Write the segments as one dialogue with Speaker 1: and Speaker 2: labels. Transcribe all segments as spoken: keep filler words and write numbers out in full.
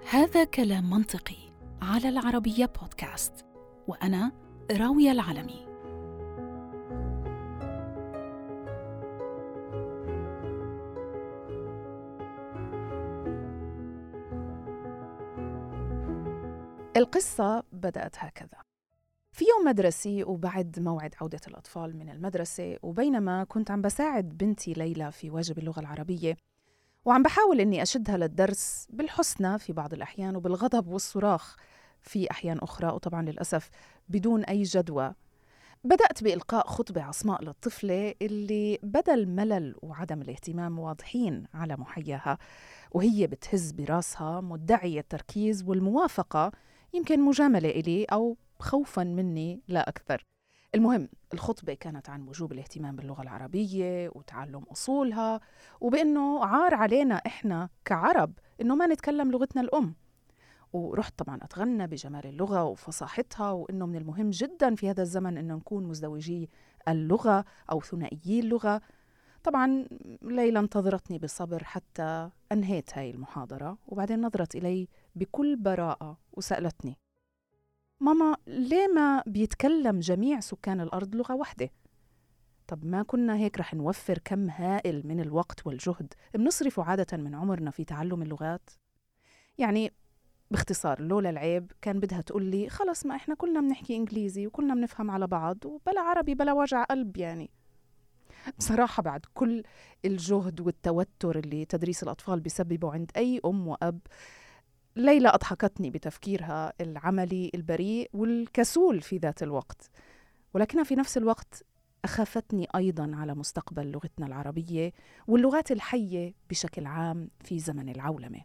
Speaker 1: هذا كلام منطقي على العربية بودكاست، وأنا راوية العلمي.
Speaker 2: القصة بدأت هكذا. في يوم مدرسي وبعد موعد عودة الأطفال من المدرسة، وبينما كنت عم بساعد بنتي ليلى في واجب اللغة العربية وعم بحاول أني أشدها للدرس بالحسنى في بعض الأحيان وبالغضب والصراخ في أحيان أخرى، وطبعا للأسف بدون أي جدوى، بدأت بإلقاء خطبة عصماء للطفلة اللي بدل ملل وعدم الاهتمام واضحين على محياها، وهي بتهز براسها مدعية التركيز والموافقة، يمكن مجاملة إلي أو خوفاً مني لا أكثر. المهم الخطبة كانت عن وجوب الاهتمام باللغة العربية وتعلم أصولها، وبأنه عار علينا إحنا كعرب إنه ما نتكلم لغتنا الأم. ورحت طبعاً أتغنى بجمال اللغة وفصاحتها، وإنه من المهم جداً في هذا الزمن إنه نكون مزدوجي اللغة أو ثنائيي اللغة. طبعاً ليلى انتظرتني بصبر حتى أنهيت هاي المحاضرة، وبعدين نظرت إلي بكل براءة وسألتني: ماما، ليه ما بيتكلم جميع سكان الأرض لغة واحدة؟ طب ما كنا هيك رح نوفر كم هائل من الوقت والجهد بنصرفه عادة من عمرنا في تعلم اللغات؟ يعني باختصار، لولا العيب كان بدها تقول لي خلص ما إحنا كلنا بنحكي إنجليزي وكلنا بنفهم على بعض وبلا عربي بلا وجع قلب. يعني بصراحة بعد كل الجهد والتوتر اللي تدريس الأطفال بيسببه عند أي أم وأب، ليلى أضحكتني بتفكيرها العملي البريء والكسول في ذات الوقت، ولكنها في نفس الوقت أخافتني أيضاً على مستقبل لغتنا العربية واللغات الحية بشكل عام في زمن العولمة.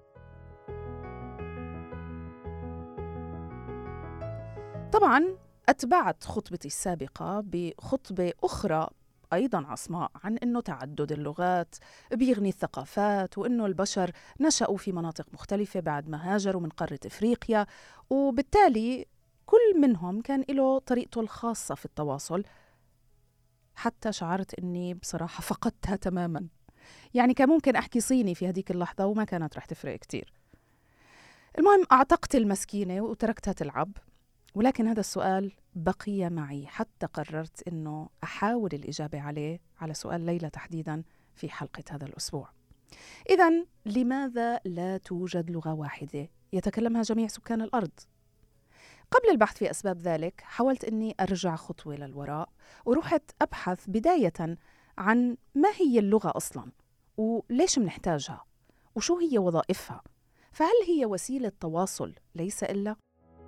Speaker 2: طبعاً أتبعت خطبتي السابقة بخطبة أخرى أيضاً عصماء عن أنه تعدد اللغات بيغني الثقافات، وأنه البشر نشأوا في مناطق مختلفة بعد ما هاجروا من قارة إفريقيا، وبالتالي كل منهم كان له طريقته الخاصة في التواصل. حتى شعرت أني بصراحة فقدتها تماماً. يعني كان ممكن أحكي صيني في هذيك اللحظة وما كانت رح تفرق كتير. المهم أعتقت المسكينة وتركتها تلعب، ولكن هذا السؤال بقي معي حتى قررت أنه أحاول الإجابة عليه، على سؤال ليلى تحديداً، في حلقة هذا الأسبوع. إذن لماذا لا توجد لغة واحدة يتكلمها جميع سكان الأرض؟ قبل البحث في أسباب ذلك حاولت أني أرجع خطوة للوراء، ورحت أبحث بداية عن ما هي اللغة أصلاً، وليش منحتاجها، وشو هي وظائفها، فهل هي وسيلة تواصل ليس إلا؟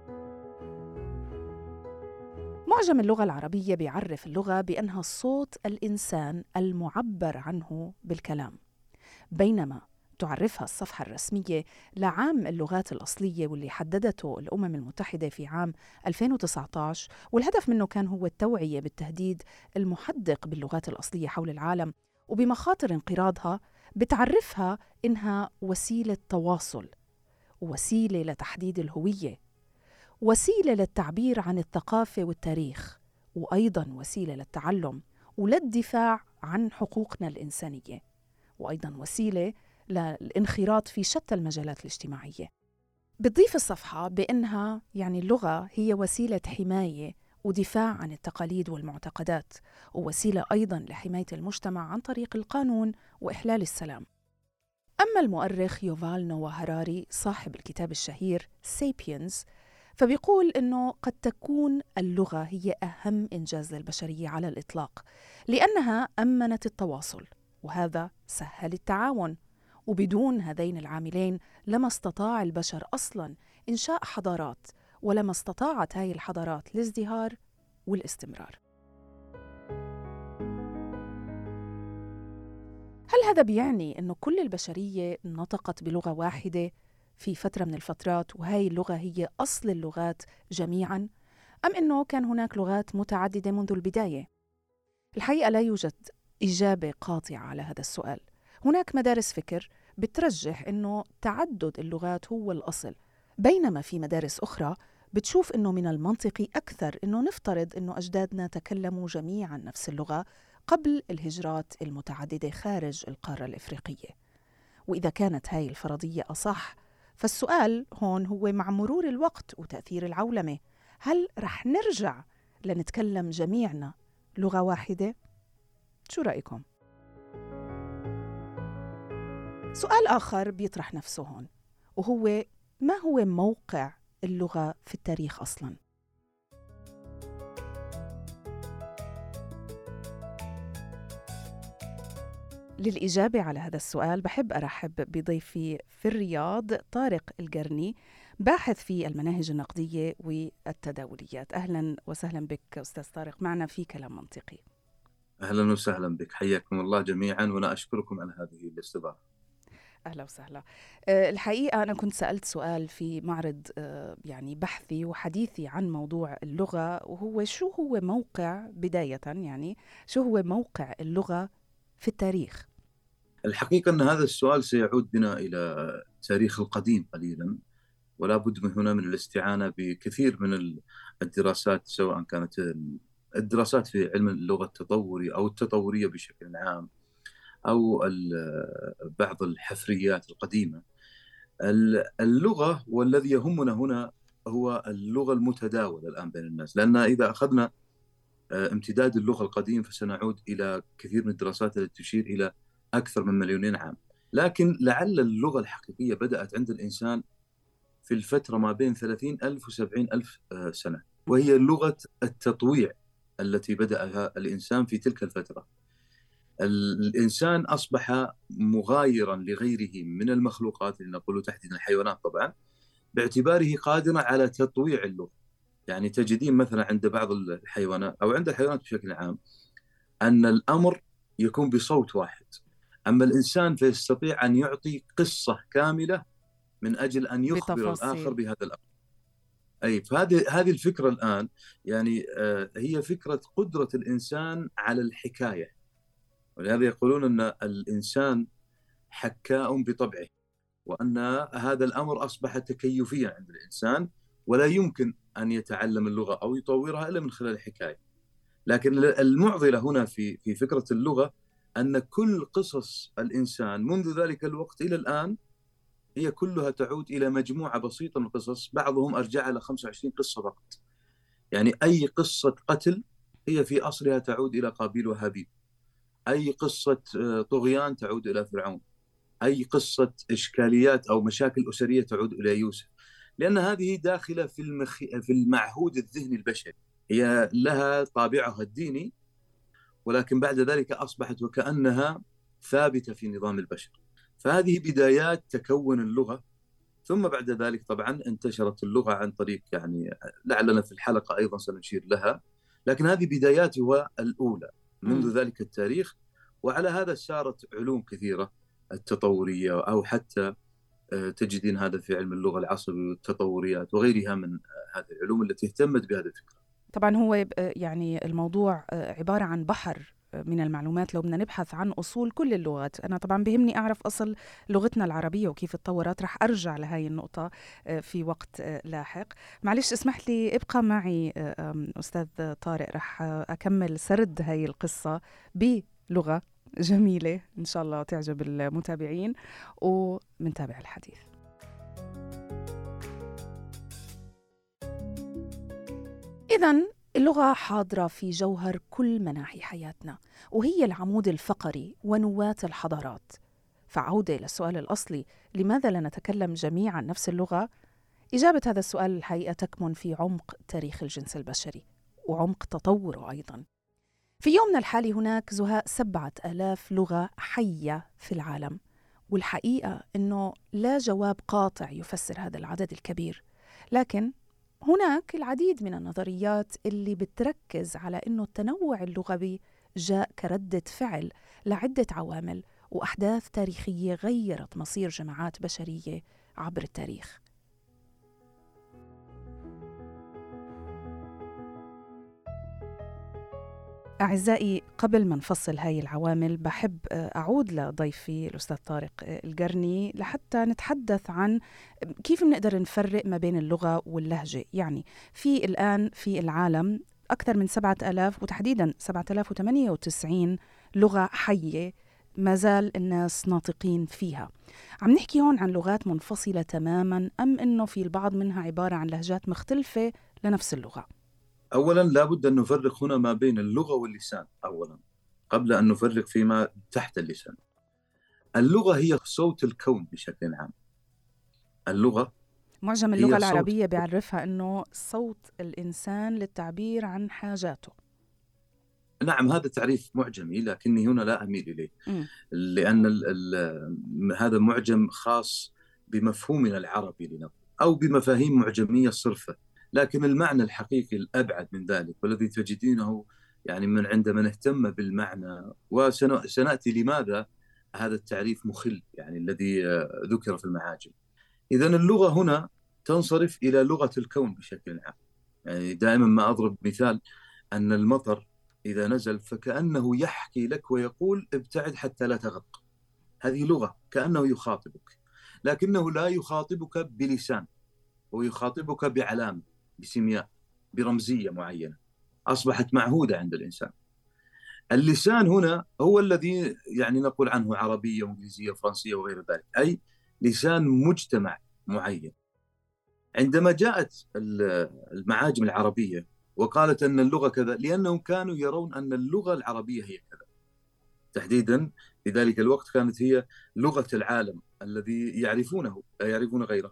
Speaker 2: معجم اللغة العربية بيعرف اللغة بأنها صوت الإنسان المعبر عنه بالكلام، بينما تعرفها الصفحة الرسمية لعام اللغات الأصلية واللي حددته الأمم المتحدة في عام ألفين وتسعة عشر، والهدف منه كان هو التوعية بالتهديد المحدق باللغات الأصلية حول العالم وبمخاطر انقراضها، بتعرفها إنها وسيلة تواصل، وسيلة لتحديد الهوية، وسيلة للتعبير عن الثقافة والتاريخ، وأيضاً وسيلة للتعلم وللدفاع عن حقوقنا الإنسانية، وأيضاً وسيلة للانخراط في شتى المجالات الاجتماعية. بتضيف الصفحة بأنها يعني اللغة هي وسيلة حماية ودفاع عن التقاليد والمعتقدات، ووسيلة أيضاً لحماية المجتمع عن طريق القانون وإحلال السلام. أما المؤرخ يوفال نوا هراري صاحب الكتاب الشهير سابينز، فبيقول إنه قد تكون اللغة هي أهم إنجاز للبشرية على الإطلاق، لأنها أمنت التواصل، وهذا سهل التعاون، وبدون هذين العاملين لما استطاع البشر أصلاً إنشاء حضارات، ولما استطاعت هاي الحضارات الازدهار والاستمرار. هل هذا بيعني إنه كل البشرية نطقت بلغة واحدة في فترة من الفترات وهاي اللغة هي أصل اللغات جميعاً، أم إنه كان هناك لغات متعددة منذ البداية؟ الحقيقة لا يوجد إجابة قاطعة على هذا السؤال. هناك مدارس فكر بترجح إنه تعدد اللغات هو الأصل، بينما في مدارس أخرى بتشوف إنه من المنطقي أكثر إنه نفترض إنه أجدادنا تكلموا جميعاً نفس اللغة قبل الهجرات المتعددة خارج القارة الإفريقية. وإذا كانت هاي الفرضية أصح، فالسؤال هون هو مع مرور الوقت وتأثير العولمة، هل رح نرجع لنتكلم جميعنا لغة واحدة؟ شو رأيكم؟ سؤال آخر بيطرح نفسه هون، وهو ما هو موقع اللغة في التاريخ أصلاً؟ للإجابة على هذا السؤال بحب أرحب بضيفي في الرياض طارق القرني، باحث في المناهج النقدية والتداوليات. أهلا وسهلا بك أستاذ طارق معنا في كلام منطقي.
Speaker 3: أهلا وسهلا بك، حياكم الله جميعا، وأنا أشكركم على هذه الاستضافة.
Speaker 2: أهلا وسهلا. أه الحقيقة أنا كنت سألت سؤال في معرض أه يعني بحثي وحديثي عن موضوع اللغة، وهو شو هو موقع بداية يعني شو هو موقع اللغة في التاريخ؟
Speaker 3: الحقيقة أن هذا السؤال سيعود بنا إلى التاريخ القديم قليلا، ولا بد من هنا من الاستعانة بكثير من الدراسات، سواء كانت الدراسات في علم اللغة التطوري أو التطورية بشكل عام، أو بعض الحفريات القديمة. اللغة والذي يهمنا هنا هو اللغة المتداولة الآن بين الناس، لأن إذا أخذنا امتداد اللغة القديم فسنعود إلى كثير من الدراسات التي تشير إلى أكثر من مليونين عام. لكن لعل اللغة الحقيقية بدأت عند الإنسان في الفترة ما بين ثلاثين ألف وسبعين ألف سنة، وهي لغة التطويع التي بدأها الإنسان في تلك الفترة. الإنسان أصبح مغايرا لغيره من المخلوقات، لنقول تحديدا الحيوانات طبعا، باعتباره قادرا على تطويع اللغة. يعني تجدين مثلا عند بعض الحيوانات أو عند الحيوانات بشكل عام أن الأمر يكون بصوت واحد، أما الإنسان فيستطيع أن يعطي قصة كاملة من أجل أن يخبر بتفاصيل الآخر بهذا الأمر. أي فهذه هذه الفكرة الآن يعني آه هي فكرة قدرة الإنسان على الحكاية، ولهذا يقولون أن الإنسان حكاء بطبعه، وأن هذا الأمر أصبح تكيفيا عند الإنسان، ولا يمكن أن يتعلم اللغة أو يطورها إلا من خلال الحكاية. لكن المعضلة هنا في في فكرة اللغة أن كل قصص الإنسان منذ ذلك الوقت إلى الآن هي كلها تعود إلى مجموعة بسيطة من القصص، بعضهم أرجع إلى خمسة وعشرين قصة فقط. يعني أي قصة قتل هي في أصلها تعود إلى قابيل وهابيل، أي قصة طغيان تعود إلى فرعون، أي قصة إشكاليات أو مشاكل أسرية تعود إلى يوسف، لأن هذه داخلة في المخ... في المعهود الذهني البشري، هي لها طابعها الديني، ولكن بعد ذلك أصبحت وكأنها ثابتة في نظام البشر. فهذه بدايات تكون اللغة، ثم بعد ذلك طبعا انتشرت اللغة عن طريق يعني لعلنا في الحلقة أيضا سنشير لها، لكن هذه بداياتها الأولى منذ م. ذلك التاريخ. وعلى هذا سارت علوم كثيرة التطورية، أو حتى تجدين هذا في علم اللغة العصبي والتطوريات وغيرها من هذه العلوم التي اهتمت بهذه الفكرة.
Speaker 2: طبعا هو يعني الموضوع عبارة عن بحر من المعلومات لو بدنا نبحث عن أصول كل اللغات. أنا طبعا بهمني أعرف أصل لغتنا العربية وكيف اتطورت، رح أرجع لهاي النقطة في وقت لاحق. معلش اسمح لي ابقى معي أستاذ طارق، رح أكمل سرد هاي القصة بلغة جميلة إن شاء الله تعجب المتابعين، ومنتابع الحديث. إذن اللغة حاضرة في جوهر كل مناحي حياتنا، وهي العمود الفقري ونواة الحضارات. فعودة للسؤال الأصلي، لماذا لا نتكلم جميعا نفس اللغة؟ إجابة هذا السؤال الحقيقة تكمن في عمق تاريخ الجنس البشري وعمق تطوره أيضا. في يومنا الحالي هناك زهاء سبعة آلاف لغة حية في العالم، والحقيقة أنه لا جواب قاطع يفسر هذا العدد الكبير، لكن هناك العديد من النظريات اللي بتركز على أنه التنوع اللغوي جاء كردة فعل لعدة عوامل وأحداث تاريخية غيرت مصير جماعات بشرية عبر التاريخ. أعزائي، قبل ما نفصل هاي العوامل بحب أعود لضيفي الأستاذ طارق القرني لحتى نتحدث عن كيف بنقدر نفرق ما بين اللغة واللهجة. يعني في الآن في العالم أكثر من سبعة آلاف وتحديداً سبعة آلاف وثمانية وتسعين لغة حية ما زال الناس ناطقين فيها. عم نحكي هون عن لغات منفصلة تماماً أم إنه في البعض منها عبارة عن لهجات مختلفة لنفس اللغة؟
Speaker 3: أولاً لابد أن نفرق هنا ما بين اللغة واللسان أولاً قبل أن نفرق فيما تحت اللسان. اللغة هي صوت الكون بشكل عام. اللغة
Speaker 2: معجم اللغة العربية بيعرفها أنه صوت الإنسان للتعبير عن حاجاته.
Speaker 3: نعم، هذا تعريف معجمي لكني هنا لا أميل إليه م. لأن ال ال هذا معجم خاص بمفهومنا العربي لنقل أو بمفاهيم معجمية صرفة، لكن المعنى الحقيقي الأبعد من ذلك والذي تجدينه يعني من عند من اهتم بالمعنى. وسنأتي لماذا هذا التعريف مخل يعني الذي ذكر في المعاجم. إذن اللغة هنا تنصرف إلى لغة الكون بشكل عام. يعني دائما ما أضرب مثال أن المطر إذا نزل فكأنه يحكي لك ويقول ابتعد حتى لا تغرق. هذه لغة، كأنه يخاطبك، لكنه لا يخاطبك بلسان، ويخاطبك بعلامة، بسمياء، برمزية معينة أصبحت معهودة عند الإنسان. اللسان هنا هو الذي يعني نقول عنه عربية وإنجليزية وفرنسية وغير ذلك، أي لسان مجتمع معين. عندما جاءت المعاجم العربية وقالت أن اللغة كذا، لأنهم كانوا يرون أن اللغة العربية هي كذا تحديدا. في ذلك الوقت كانت هي لغة العالم الذي يعرفونه لا يعرفون غيره.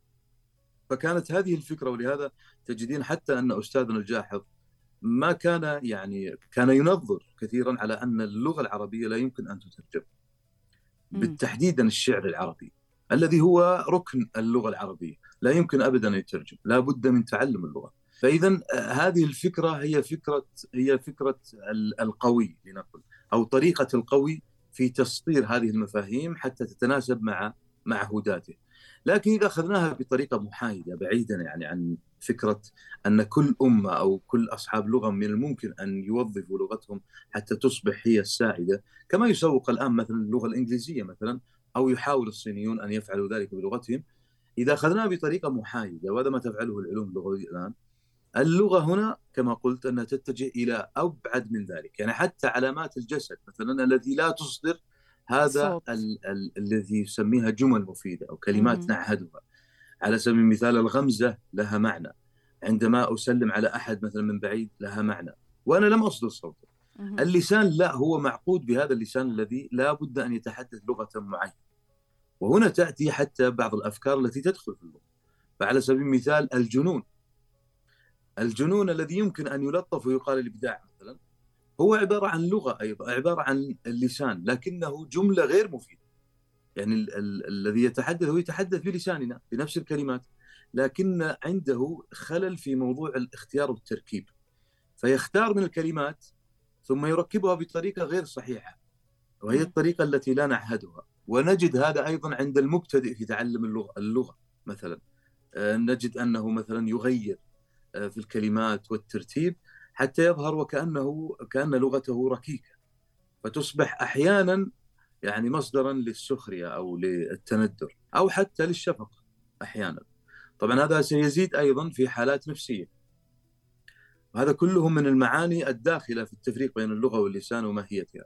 Speaker 3: فكانت هذه الفكرة، ولهذا تجدين حتى أن أستاذنا الجاحظ ما كان يعني كان ينظر كثيرا على أن اللغة العربية لا يمكن أن تترجم، بالتحديد الشعر العربي الذي هو ركن اللغة العربية لا يمكن أبدا أن يترجم، لا بد من تعلم اللغة. فإذا هذه الفكرة هي فكرة هي فكرة القوي لنقل، أو طريقة القوي في تسطير هذه المفاهيم حتى تتناسب مع معهوداته. لكن إذا أخذناها بطريقة محايدة بعيدا يعني عن فكرة أن كل أمة أو كل أصحاب لغة من الممكن أن يوظفوا لغتهم حتى تصبح هي السائدة، كما يسوق الآن مثلا اللغة الإنجليزية مثلا، أو يحاول الصينيون أن يفعلوا ذلك بلغتهم. إذا أخذناها بطريقة محايدة، وهذا ما تفعله العلوم اللغوية الآن، اللغة هنا كما قلت أنها تتجه إلى أبعد من ذلك. يعني حتى علامات الجسد مثلا التي لا تصدر هذا ال- ال- الذي يسميها جمل مفيدة أو كلمات م- نعهدها. على سبيل المثال الغمزة لها معنى، عندما أسلم على أحد مثلا من بعيد لها معنى وأنا لم أصدر صوته. اللسان لا، هو معقود بهذا اللسان الذي لا بد أن يتحدث لغة معينة. وهنا تأتي حتى بعض الأفكار التي تدخل في اللغة. فعلى سبيل المثال الجنون الجنون الذي يمكن أن يلطف ويقال الإبداع مثلا، هو عبارة عن لغة أيضا، عبارة عن اللسان، لكنه جملة غير مفيدة. يعني ال- ال- الذي يتحدث هو يتحدث بلساننا بنفس الكلمات، لكن عنده خلل في موضوع الاختيار والتركيب، فيختار من الكلمات ثم يركبها بطريقة غير صحيحة، وهي الطريقة التي لا نعهدها. ونجد هذا أيضا عند المبتدئ في تعلم اللغة, اللغة مثلا، نجد أنه مثلا يغير في الكلمات والترتيب حتى يظهر وكأنه كأن لغته ركيكة، فتصبح أحيانا يعني مصدرا للسخرية أو للتندر أو حتى للشفقة أحيانا. طبعا هذا سيزيد أيضا في حالات نفسية، وهذا كله من المعاني الداخلة في التفريق بين اللغة واللسان وماهيتها.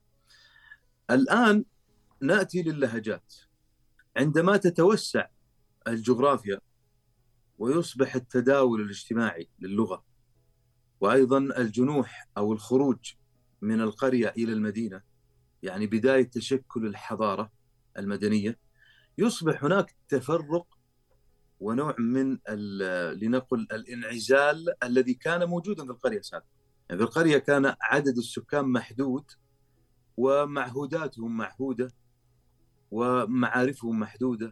Speaker 3: الآن نأتي للهجات. عندما تتوسع الجغرافيا ويصبح التداول الاجتماعي للغة، وأيضا الجنوح أو الخروج من القرية إلى المدينة، يعني بداية تشكل الحضارة المدنية، يصبح هناك تفرق ونوع من لنقل الانعزال الذي كان موجودا في القرية سابقا. يعني في القرية كان عدد السكان محدود ومعهوداتهم معهودة ومعارفهم محدودة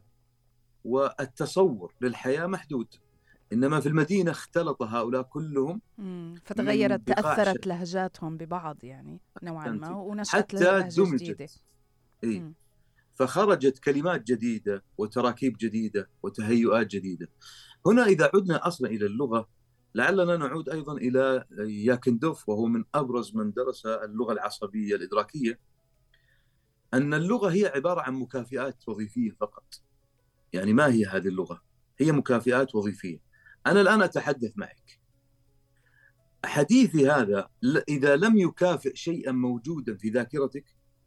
Speaker 3: والتصور للحياة محدود. إنما في المدينة اختلط هؤلاء كلهم،
Speaker 2: فتغيرت تأثرت لهجاتهم ببعض يعني نوعا ما، ونشأت
Speaker 3: حتى
Speaker 2: لهجة جديدة.
Speaker 3: إيه؟ فخرجت كلمات جديدة وتراكيب جديدة وتهيؤات جديدة. هنا إذا عدنا أصلا إلى اللغة، لعلنا نعود أيضا إلى ياكندوف، وهو من أبرز من درس اللغة العصبية الإدراكية، أن اللغة هي عبارة عن مكافئات وظيفية فقط. يعني ما هي هذه اللغة؟ هي مكافئات وظيفية. أنا الآن أتحدث معك، حديثي هذا إذا لم يكافئ شيئا موجودا في ذاكرتك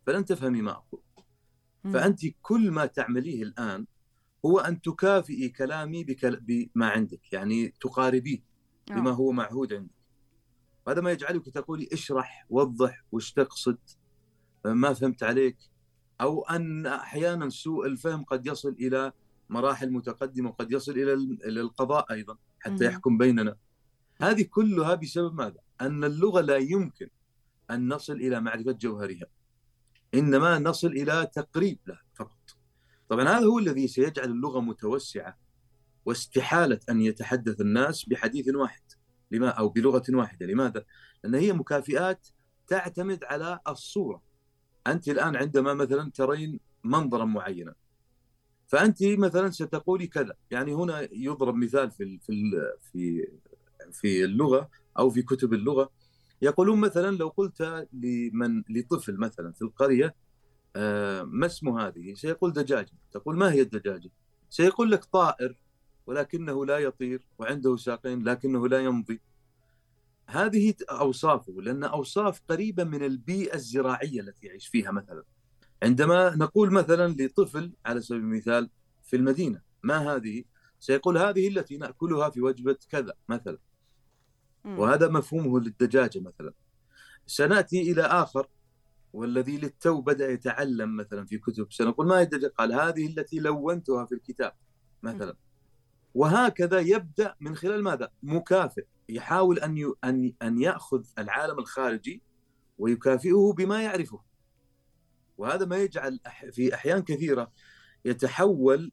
Speaker 3: فلن تفهمي ما أقول. فأنت كل ما تعمليه الآن هو أن تكافئي كلامي بكل... بما عندك، يعني تقاربيه بما هو معهود عندك. هذا ما يجعلك تقولي اشرح وضح وش تقصد، ما فهمت عليك، أو أن أحيانا سوء الفهم قد يصل إلى مراحل متقدمة وقد يصل إلى إلى القضاء أيضا حتى يحكم بيننا. هذه كلها بسبب ماذا؟ أن اللغة لا يمكن أن نصل إلى معرفة جوهرها، إنما نصل إلى تقريب لها فقط. طبعا هذا هو الذي سيجعل اللغة متوسعة، واستحالة أن يتحدث الناس بحديث واحد لما أو بلغة واحدة. لماذا؟ لأن هي مكافئات تعتمد على الصورة. أنت الآن عندما مثلا ترين منظرا معينا، فأنت مثلا ستقولي كذا. يعني هنا يضرب مثال في في في في اللغة أو في كتب اللغة، يقولون مثلا لو قلت لمن لطفل مثلا في القرية آه ما اسم هذه، سيقول دجاجة. تقول ما هي الدجاجة؟ سيقول لك طائر ولكنه لا يطير، وعنده ساقين لكنه لا يمضي. هذه أوصافه، لأن أوصاف قريبة من البيئة الزراعية التي يعيش فيها. مثلا عندما نقول مثلا لطفل على سبيل المثال في المدينة ما هذه، سيقول هذه التي نأكلها في وجبة كذا مثلا، وهذا مفهومه للدجاجة مثلا. سنأتي إلى آخر والذي للتو بدأ يتعلم مثلا في كتب، سنقول ما هي الدجاجة؟ قال هذه التي لونتها في الكتاب مثلا. وهكذا يبدأ من خلال ماذا؟ مكافئ، يحاول أن أن أن يأخذ العالم الخارجي ويكافئه بما يعرفه. وهذا ما يجعل في أحيان كثيرة يتحول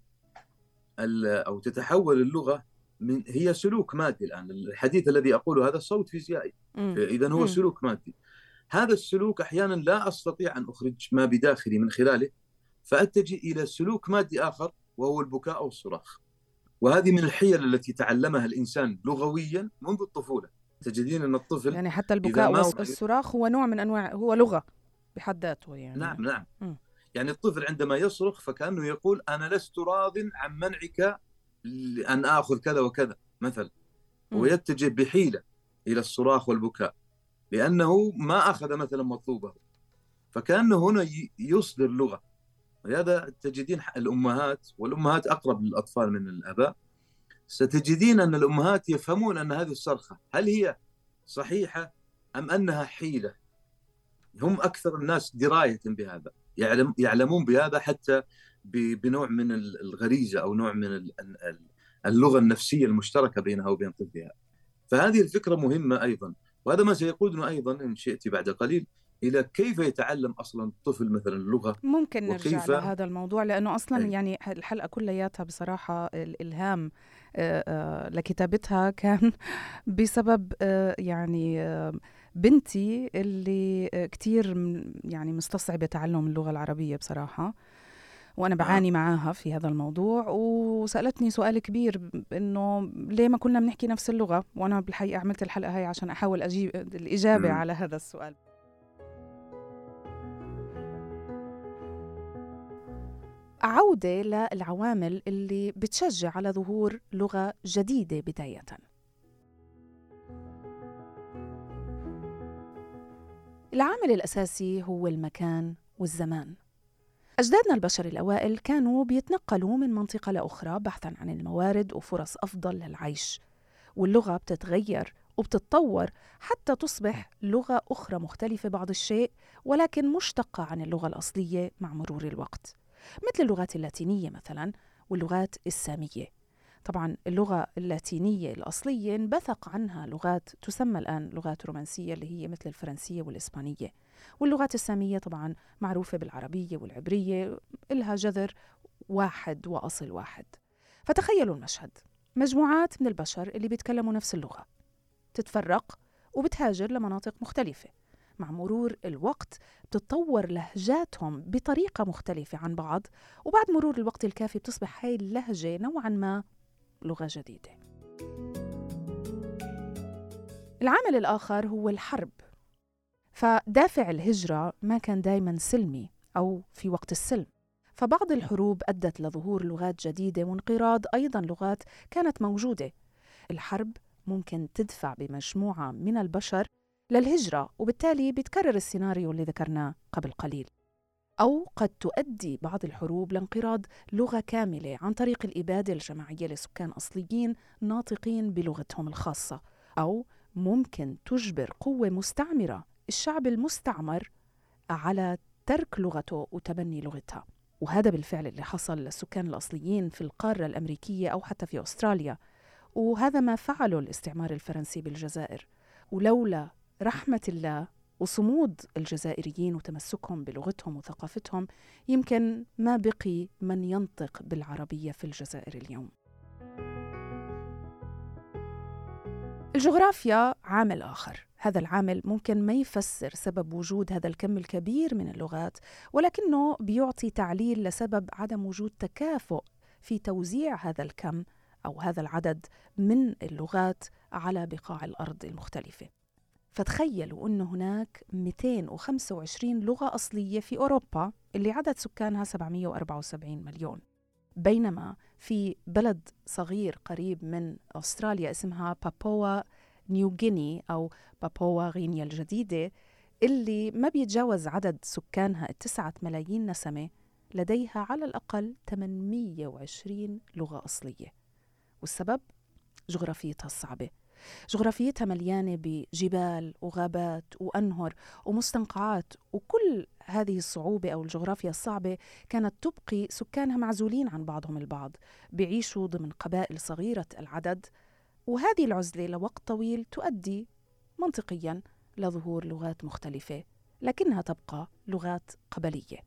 Speaker 3: أو تتحول اللغة من هي سلوك مادي. الآن الحديث الذي أقوله هذا صوت فيزيائي، إذن هو سلوك مادي. هذا السلوك أحيانا لا أستطيع أن أخرج ما بداخلي من خلاله، فأتجه إلى سلوك مادي آخر وهو البكاء أو الصراخ. وهذه من الحيل التي تعلمها الإنسان لغويا منذ الطفولة. تجدين أن الطفل
Speaker 2: يعني حتى البكاء والصراخ هو نوع من أنواع، هو لغة بحد ذاته يعني.
Speaker 3: نعم نعم م. يعني الطفل عندما يصرخ فكأنه يقول أنا لست راض عن منعك أن آخذ كذا وكذا مثلا، ويتجه بحيلة إلى الصراخ والبكاء لأنه ما أخذ مثلا مطلوبه، فكأنه هنا يصدر لغة. ولهذا تجدين الأمهات، والأمهات أقرب للأطفال من الآباء، ستجدين أن الأمهات يفهمون أن هذه الصرخة هل هي صحيحة أم أنها حيلة. هم أكثر الناس دراية بهذا، يعلم يعلمون بهذا حتى بنوع من الغريزة أو نوع من اللغة النفسية المشتركة بينها وبين طفلها. فهذه الفكرة مهمة أيضا، وهذا ما سيقودنا أيضا إن شئت بعد قليل إلى كيف يتعلم أصلا الطفل مثلا اللغة.
Speaker 2: ممكن نرجع لهذا الموضوع لأنه أصلا أي. يعني الحلقة كلياتها بصراحة الإلهام لكتابتها كان بسبب يعني بنتي اللي كتير يعني مستصعبة تعلم اللغة العربية بصراحة، وأنا بعاني معاها في هذا الموضوع. وسألتني سؤال كبير إنه ليه ما كنا بنحكي نفس اللغة، وأنا بالحقيقة عملت الحلقة هاي عشان أحاول أجيب الإجابة م. على هذا السؤال. عودة للعوامل اللي بتشجع على ظهور لغة جديدة. بداية العامل الأساسي هو المكان والزمان. أجدادنا البشر الأوائل كانوا بيتنقلوا من منطقة لأخرى بحثاً عن الموارد وفرص أفضل للعيش، واللغة بتتغير وبتتطور حتى تصبح لغة أخرى مختلفة بعض الشيء، ولكن مشتقة عن اللغة الأصلية مع مرور الوقت، مثل اللغات اللاتينية مثلاً واللغات السامية. طبعاً اللغة اللاتينية الأصلية انبثق عنها لغات تسمى الآن لغات رومانسية اللي هي مثل الفرنسية والإسبانية، واللغات السامية طبعاً معروفة بالعربية والعبرية، إلها جذر واحد وأصل واحد. فتخيلوا المشهد، مجموعات من البشر اللي بيتكلموا نفس اللغة تتفرق وبتهاجر لمناطق مختلفة. مع مرور الوقت بتتطور لهجاتهم بطريقة مختلفة عن بعض، وبعد مرور الوقت الكافي بتصبح هاي اللهجة نوعاً ما لغة جديدة. العامل الآخر هو الحرب. فدافع الهجرة ما كان دايماً سلمي أو في وقت السلم، فبعض الحروب أدت لظهور لغات جديدة وانقراض أيضاً لغات كانت موجودة. الحرب ممكن تدفع بمجموعة من البشر للهجرة، وبالتالي بيتكرر السيناريو اللي ذكرناه قبل قليل. أو قد تؤدي بعض الحروب لانقراض لغة كاملة عن طريق الإبادة الجماعية لسكان أصليين ناطقين بلغتهم الخاصة، أو ممكن تجبر قوة مستعمرة الشعب المستعمر على ترك لغته وتبني لغتها. وهذا بالفعل اللي حصل للسكان الأصليين في القارة الأمريكية أو حتى في أستراليا، وهذا ما فعله الاستعمار الفرنسي بالجزائر. ولولا رحمة الله وصمود الجزائريين وتمسكهم بلغتهم وثقافتهم يمكن ما بقي من ينطق بالعربية في الجزائر اليوم. الجغرافيا عامل آخر. هذا العامل ممكن ما يفسر سبب وجود هذا الكم الكبير من اللغات، ولكنه بيعطي تعليل لسبب عدم وجود تكافؤ في توزيع هذا الكم أو هذا العدد من اللغات على بقاع الأرض المختلفة. فتخيلوا أن هناك مئتين وخمسة وعشرين لغة أصلية في أوروبا اللي عدد سكانها سبعمئة وأربعة وسبعين مليون، بينما في بلد صغير قريب من أستراليا اسمها بابوا نيو غيني أو بابوا غينيا الجديدة اللي ما بيتجاوز عدد سكانها التسعة ملايين نسمة، لديها على الأقل ثمانمئة وعشرين لغة أصلية. والسبب جغرافيتها الصعبة. جغرافيتها مليانة بجبال وغابات وأنهر ومستنقعات، وكل هذه الصعوبة أو الجغرافيا الصعبة كانت تبقي سكانها معزولين عن بعضهم البعض، بيعيشوا ضمن قبائل صغيرة العدد، وهذه العزلة لوقت طويل تؤدي منطقياً لظهور لغات مختلفة لكنها تبقى لغات قبلية.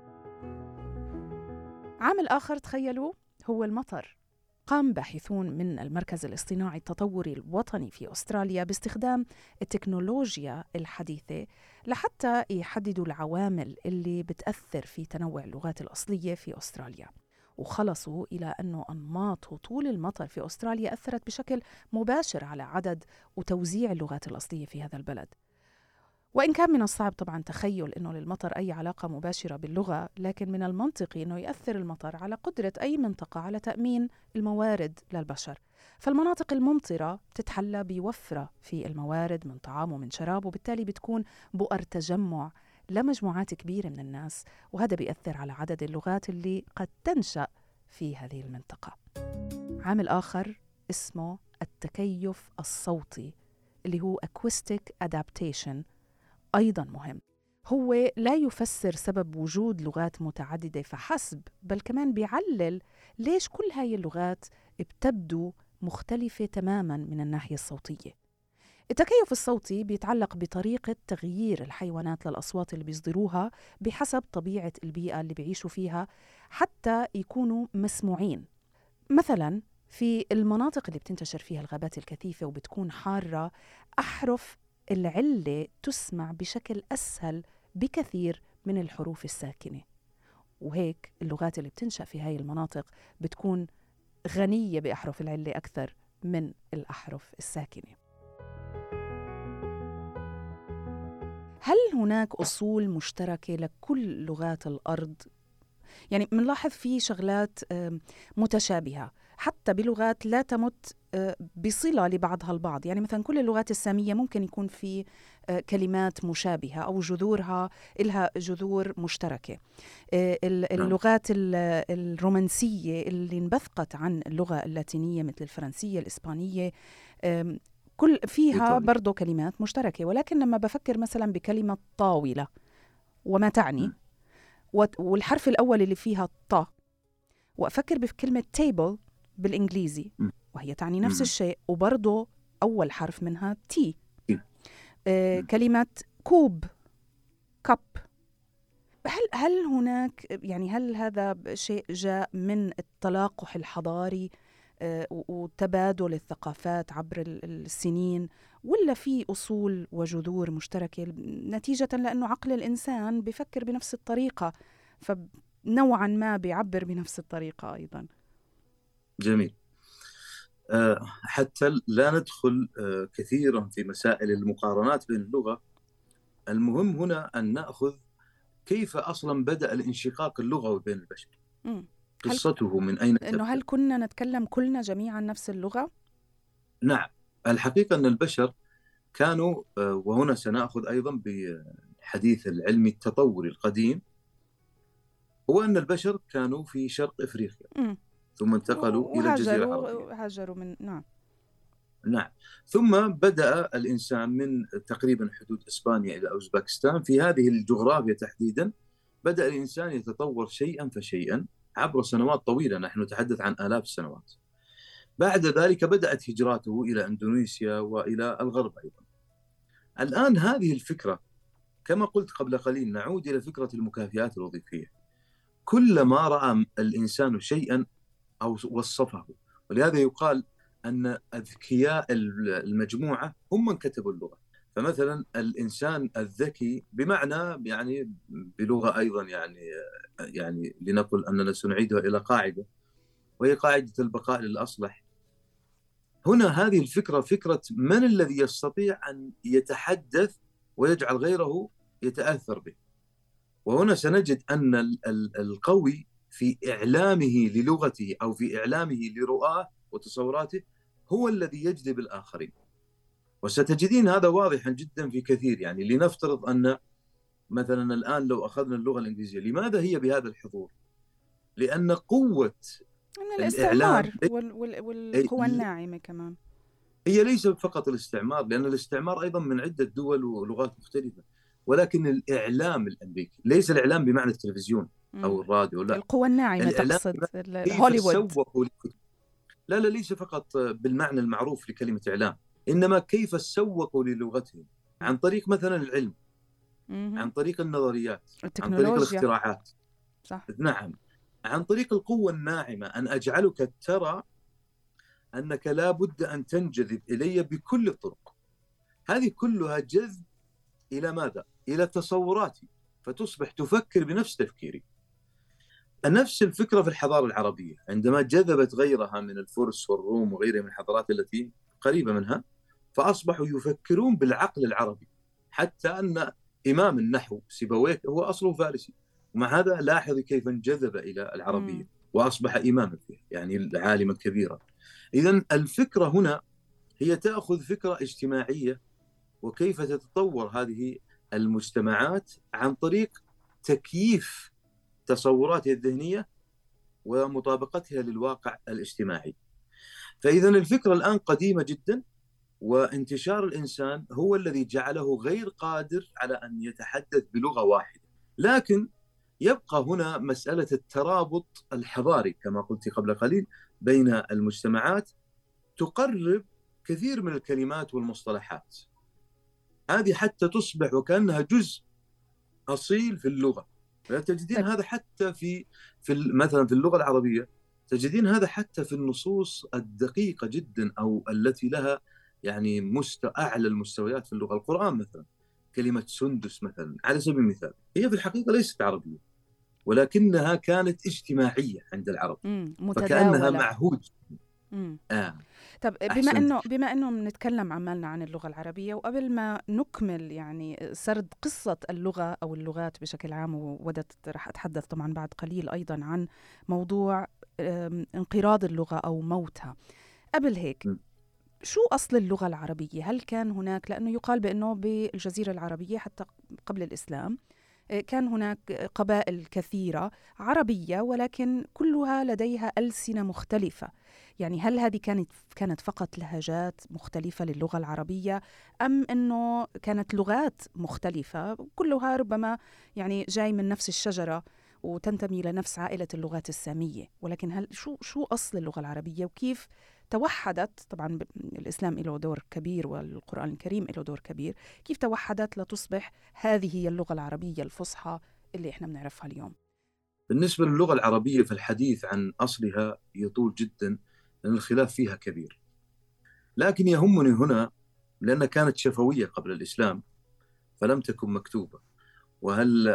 Speaker 2: عامل آخر تخيلوا هو المطر. قام باحثون من المركز الاصطناعي التطوري الوطني في أستراليا باستخدام التكنولوجيا الحديثة لحتى يحددوا العوامل اللي بتأثر في تنوع اللغات الأصلية في أستراليا، وخلصوا إلى أنه أنماط هطول المطر في أستراليا أثرت بشكل مباشر على عدد وتوزيع اللغات الأصلية في هذا البلد. وإن كان من الصعب طبعاً تخيل أنه للمطر أي علاقة مباشرة باللغة، لكن من المنطقي أنه يأثر المطر على قدرة أي منطقة على تأمين الموارد للبشر. فالمناطق الممطرة تتحلى بوفرة في الموارد من طعام ومن شراب، وبالتالي بتكون بؤر تجمع لمجموعات كبيرة من الناس، وهذا بيأثر على عدد اللغات اللي قد تنشأ في هذه المنطقة. عامل آخر اسمه التكيف الصوتي اللي هو acoustic adaptation أيضاً مهم. هو لا يفسر سبب وجود لغات متعددة فحسب، بل كمان بيعلل ليش كل هاي اللغات بتبدو مختلفة تماماً من الناحية الصوتية. التكيف الصوتي بيتعلق بطريقة تغيير الحيوانات للأصوات اللي بيصدروها بحسب طبيعة البيئة اللي بيعيشوا فيها حتى يكونوا مسموعين. مثلاً في المناطق اللي بتنتشر فيها الغابات الكثيفة وبتكون حارة، أحرف العلة تسمع بشكل أسهل بكثير من الحروف الساكنة، وهيك اللغات اللي بتنشأ في هاي المناطق بتكون غنية بأحرف العلة أكثر من الأحرف الساكنة. هل هناك أصول مشتركة لكل لغات الأرض؟ يعني منلاحظ في شغلات متشابهة حتى بلغات لا تمت بصلة لبعضها البعض. يعني مثلا كل اللغات السامية ممكن يكون في كلمات مشابهة أو جذورها إلها جذور مشتركة. اللغات الرومانسية اللي انبثقت عن اللغة اللاتينية مثل الفرنسية الإسبانية كل فيها برضو كلمات مشتركة، ولكن لما بفكر مثلا بكلمة طاولة وما تعني والحرف الأول اللي فيها الطا، وأفكر بكلمة table بالإنجليزي وهي تعني نفس الشيء وبرضه أول حرف منها تي. آه كلمة كوب كب، هل هل هناك يعني هل هذا شيء جاء من التلاقح الحضاري آه وتبادل الثقافات عبر السنين، ولا في أصول وجذور مشتركة نتيجة لأنه عقل الإنسان بيفكر بنفس الطريقة فنوعا ما بيعبر بنفس الطريقة أيضا؟
Speaker 3: جميل. أه حتى لا ندخل أه كثيرا في مسائل المقارنات بين اللغة، المهم هنا أن نأخذ كيف أصلا بدأ الانشقاق اللغوي بين البشر. م. قصته من أين تبدأ؟
Speaker 2: إنه هل كنا نتكلم كلنا جميعا نفس اللغة؟
Speaker 3: نعم، الحقيقة أن البشر كانوا أه وهنا سنأخذ أيضا بالحديث العلمي التطوري القديم، هو أن البشر كانوا في شرق إفريقيا
Speaker 2: مم.
Speaker 3: ثم انتقلوا إلى الجزيرة العربية.
Speaker 2: هاجروا من نعم
Speaker 3: نعم. ثم بدأ الإنسان من تقريبا حدود إسبانيا إلى أوزبكستان، في هذه الجغرافيا تحديدا بدأ الإنسان يتطور شيئا فشيئا عبر سنوات طويلة، نحن نتحدث عن آلاف السنوات. بعد ذلك بدأت هجراته إلى إندونيسيا وإلى الغرب أيضا. الآن هذه الفكرة كما قلت قبل قليل، نعود إلى فكرة المكافئات الوظيفية. كلما رأى الإنسان شيئا أو وصفه، ولهذا يقال أن أذكياء المجموعة هم من كتبوا اللغة. فمثلا الإنسان الذكي بمعنى يعني بلغة أيضا يعني يعني لنقل أننا سنعيدها إلى قاعدة، وهي قاعدة البقاء للأصلح. هنا هذه الفكرة فكرة من الذي يستطيع أن يتحدث ويجعل غيره يتأثر به. وهنا سنجد أن القوي في إعلامه للغته أو في إعلامه لرؤاه وتصوراته هو الذي يجذب الآخرين. وستجدين هذا واضحا جدا في كثير. يعني لنفترض أن مثلا الآن لو أخذنا اللغة الإنجليزية، لماذا هي بهذا الحضور؟ لأن قوة
Speaker 2: من الاستعمار والقوى الناعمة كمان.
Speaker 3: هي ليس فقط الاستعمار، لأن الاستعمار أيضا من عدة دول ولغات مختلفة، ولكن الإعلام الأمريكي ليس الإعلام بمعنى التلفزيون أو الراديو، لا،
Speaker 2: القوى الناعمة تقصد هوليوود.
Speaker 3: لا لا ليس فقط بالمعنى المعروف لكلمة إعلام، إنما كيف سوقوا للغتهم عن طريق مثلا العلم، عن طريق النظريات، عن طريق الاختراعات.
Speaker 2: صح.
Speaker 3: نعم، عن طريق القوة الناعمة، أن أجعلك ترى أنك لا بد أن تنجذب إلي بكل الطرق. هذه كلها جذب إلى ماذا؟ إلى تصوراتي، فتصبح تفكر بنفس تفكيري. نفس الفكرة في الحضارة العربية عندما جذبت غيرها من الفرس والروم وغيرها من الحضارات التي قريبة منها، فأصبحوا يفكرون بالعقل العربي. حتى أن إمام النحو سيبويك هو أصله فارسي، ومع هذا لاحظ كيف انجذب إلى العربية م. وأصبح إماما فيها، يعني عالما كبيرا. إذن الفكرة هنا هي تأخذ فكرة اجتماعية وكيف تتطور هذه المجتمعات عن طريق تكييف تصوراتها الذهنية ومطابقتها للواقع الاجتماعي. فإذا الفكرة الآن قديمة جدا، وانتشار الإنسان هو الذي جعله غير قادر على أن يتحدث بلغة واحدة. لكن يبقى هنا مسألة الترابط الحضاري كما قلت قبل قليل بين المجتمعات، تقرب كثير من الكلمات والمصطلحات هذه حتى تصبح وكأنها جزء أصيل في اللغة. تجدين هذا حتى في في مثلا في اللغة العربية، تجدين هذا حتى في النصوص الدقيقة جدا أو التي لها يعني مست أعلى المستويات في اللغة. القرآن مثلا كلمة سندس مثلا على سبيل المثال، هي في الحقيقة ليست عربية، ولكنها كانت اجتماعية عند العرب، فكأنها معهود.
Speaker 2: آه. طب بما انه بما انه بنتكلم عمالنا عن اللغه العربيه، وقبل ما نكمل يعني سرد قصه اللغه او اللغات بشكل عام، وودت رح اتحدث طبعا بعد قليل ايضا عن موضوع انقراض اللغه او موتها، قبل هيك م. شو أصل اللغة العربية؟ هل كان هناك، لأنه يقال بأنه بالجزيرة العربية حتى قبل الإسلام كان هناك قبائل كثيرة عربية ولكن كلها لديها ألسنة مختلفة، يعني هل هذه كانت كانت فقط لهجات مختلفة للغة العربية، أم أنه كانت لغات مختلفة كلها ربما يعني جاي من نفس الشجرة وتنتمي لنفس عائلة اللغات السامية؟ ولكن هل شو شو أصل اللغة العربية وكيف توحدت؟ طبعا الإسلام له دور كبير والقرآن الكريم له دور كبير، كيف توحدت لتصبح هذه هي اللغة العربية الفصحى اللي احنا بنعرفها اليوم؟
Speaker 3: بالنسبة للغة العربية فالحديث عن أصلها يطول جدا لأن الخلاف فيها كبير، لكن يهمني هنا لأنها كانت شفوية قبل الإسلام فلم تكن مكتوبة. وهل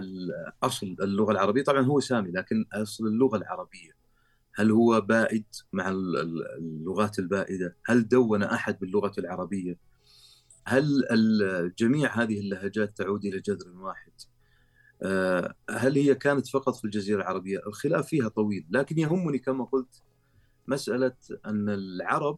Speaker 3: أصل اللغة العربية طبعا هو سامي، لكن أصل اللغة العربية هل هو بائد مع اللغات البائدة؟ هل دون أحد باللغة العربية؟ هل جميع هذه اللهجات تعود إلى جذر واحد؟ هل هي كانت فقط في الجزيرة العربية؟ الخلاف فيها طويل، لكن يهمني كما قلت مسألة أن العرب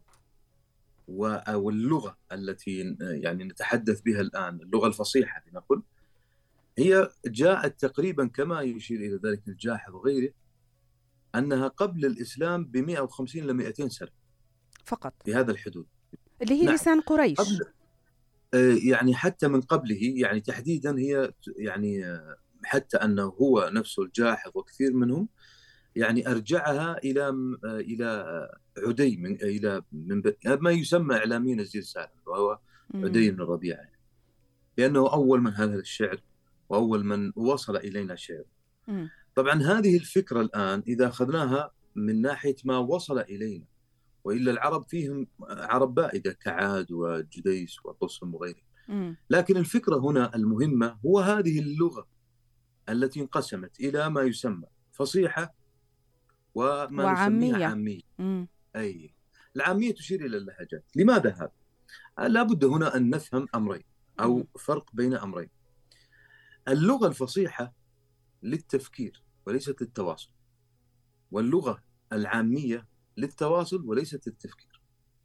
Speaker 3: واللغة التي يعني نتحدث بها الآن، اللغة الفصيحة لنقل، هي جاءت تقريبا كما يشير إلى ذلك الجاحظ وغيره، أنها قبل الإسلام ب مئة وخمسين إلى مئتين سنة
Speaker 2: فقط،
Speaker 3: في هذا الحدود.
Speaker 2: اللي هي
Speaker 3: نعم.
Speaker 2: لسان قريش.
Speaker 3: قبل يعني حتى من قبله، يعني تحديدا هي يعني حتى أنه هو نفسه الجاحظ وكثير منهم يعني أرجعها إلى إلى عدي من إلى من ما يسمى إعلاميا الزير سالم، وهو عدي بن الربيعة، لأنه أول من هذا الشعر وأول من وصل إلينا شعر.
Speaker 2: مم.
Speaker 3: طبعا هذه الفكرة الآن إذا أخذناها من ناحية ما وصل إلينا، وإلا العرب فيهم عرب بائدة كعاد وجديس وطسم وغيره، لكن الفكرة هنا المهمة هو هذه اللغة التي انقسمت إلى ما يسمى فصيحة وما
Speaker 2: وعامية.
Speaker 3: نسميها عامية.
Speaker 2: مم.
Speaker 3: أي العامية تشير إلى اللهجات. لماذا هذا؟ لا بد هنا أن نفهم أمرين أو
Speaker 2: مم.
Speaker 3: فرق بين أمرين. اللغة الفصيحة للتفكير وليست للتواصل، واللغة العامية للتواصل وليست للتفكير.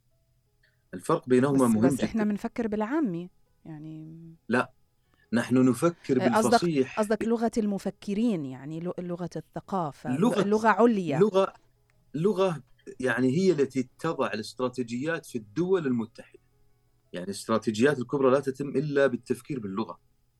Speaker 3: الفرق بينهما
Speaker 2: بس
Speaker 3: مهم
Speaker 2: بس
Speaker 3: جدا.
Speaker 2: إحنا بنفكر بالعامي يعني.
Speaker 3: لا، نحن نفكر بالفصيح.
Speaker 2: قصدك لغة المفكرين، يعني لغة الثقافة،
Speaker 3: لغة
Speaker 2: لغة عليا.
Speaker 3: لغة لغة يعني هي التي تضع الاستراتيجيات في الدول المتحدة. يعني الاستراتيجيات الكبرى لا تتم إلا بالتفكير باللغة.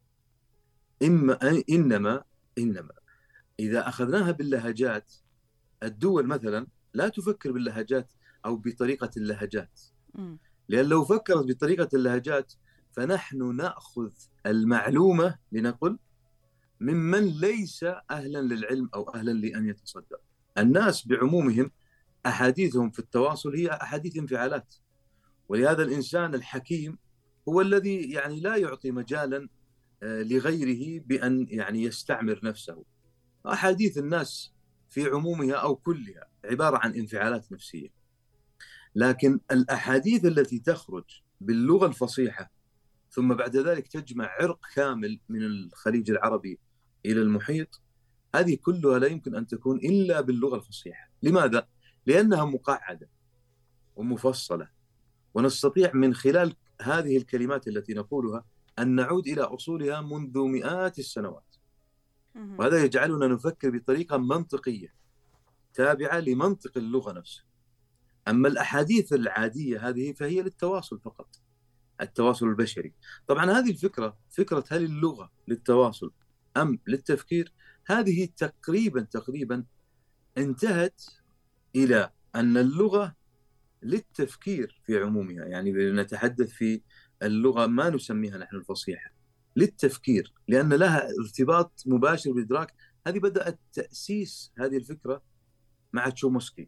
Speaker 3: إما إنما إنما إذا أخذناها باللهجات، الدول مثلا لا تفكر باللهجات أو بطريقة اللهجات،
Speaker 2: م.
Speaker 3: لأن لو فكرت بطريقة اللهجات فنحن نأخذ المعلومة لنقل ممن ليس أهلا للعلم أو أهلا لأن يتصدر. الناس بعمومهم أحاديثهم في التواصل هي أحاديث انفعالات، ولهذا الإنسان الحكيم هو الذي يعني لا يعطي مجالا لغيره بأن يعني يستعمر نفسه. أحاديث الناس في عمومها أو كلها عبارة عن انفعالات نفسية، لكن الأحاديث التي تخرج باللغة الفصيحة ثم بعد ذلك تجمع عرق كامل من الخليج العربي إلى المحيط، هذه كلها لا يمكن أن تكون إلا باللغة الفصيحة. لماذا؟ لأنها مقعدة ومفصلة، ونستطيع من خلال هذه الكلمات التي نقولها أن نعود إلى أصولها منذ مئات السنوات، وهذا يجعلنا نفكر بطريقة منطقية تابعة لمنطق اللغة نفسه. أما الأحاديث العادية هذه فهي للتواصل فقط، التواصل البشري. طبعا هذه الفكرة، فكرة هل اللغة للتواصل أم للتفكير، هذه تقريبا تقريبا انتهت إلى أن اللغة للتفكير في عمومها. يعني نتحدث في اللغة ما نسميها نحن الفصيحة للتفكير، لأن لها ارتباط مباشر بالإدراك. هذه بدأت تأسيس هذه الفكرة مع تشومسكي.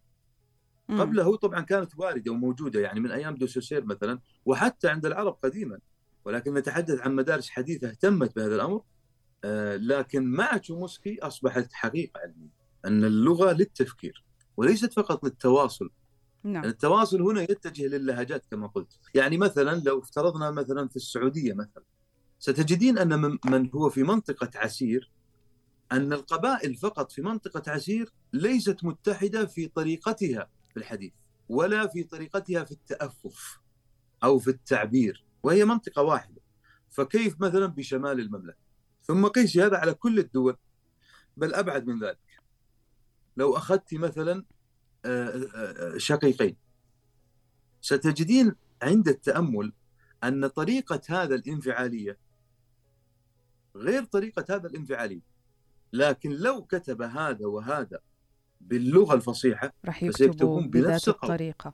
Speaker 3: قبله طبعا كانت واردة وموجودة، يعني من أيام دوسوسير مثلا، وحتى عند العرب قديما، ولكن نتحدث عن مدارس حديثة اهتمت بهذا الأمر. آه لكن مع تشومسكي أصبحت حقيقة علمية أن اللغة للتفكير وليست فقط للتواصل.
Speaker 2: نعم.
Speaker 3: التواصل هنا يتجه للهجات كما قلت. يعني مثلا لو افترضنا مثلا في السعودية مثلا، ستجدين أن من هو في منطقة عسير، أن القبائل فقط في منطقة عسير ليست متحدة في طريقتها في الحديث ولا في طريقتها في التأفف أو في التعبير، وهي منطقة واحدة. فكيف مثلا بشمال المملكة؟ ثم قيسي هذا على كل الدول، بل أبعد من ذلك. لو أخذت مثلا شقيقين، ستجدين عند التأمل أن طريقة هذا الانفعالية غير طريقة هذا الانفعالية، لكن لو كتب هذا وهذا باللغة الفصيحة
Speaker 2: راح يكتبوا بذات الطريقة.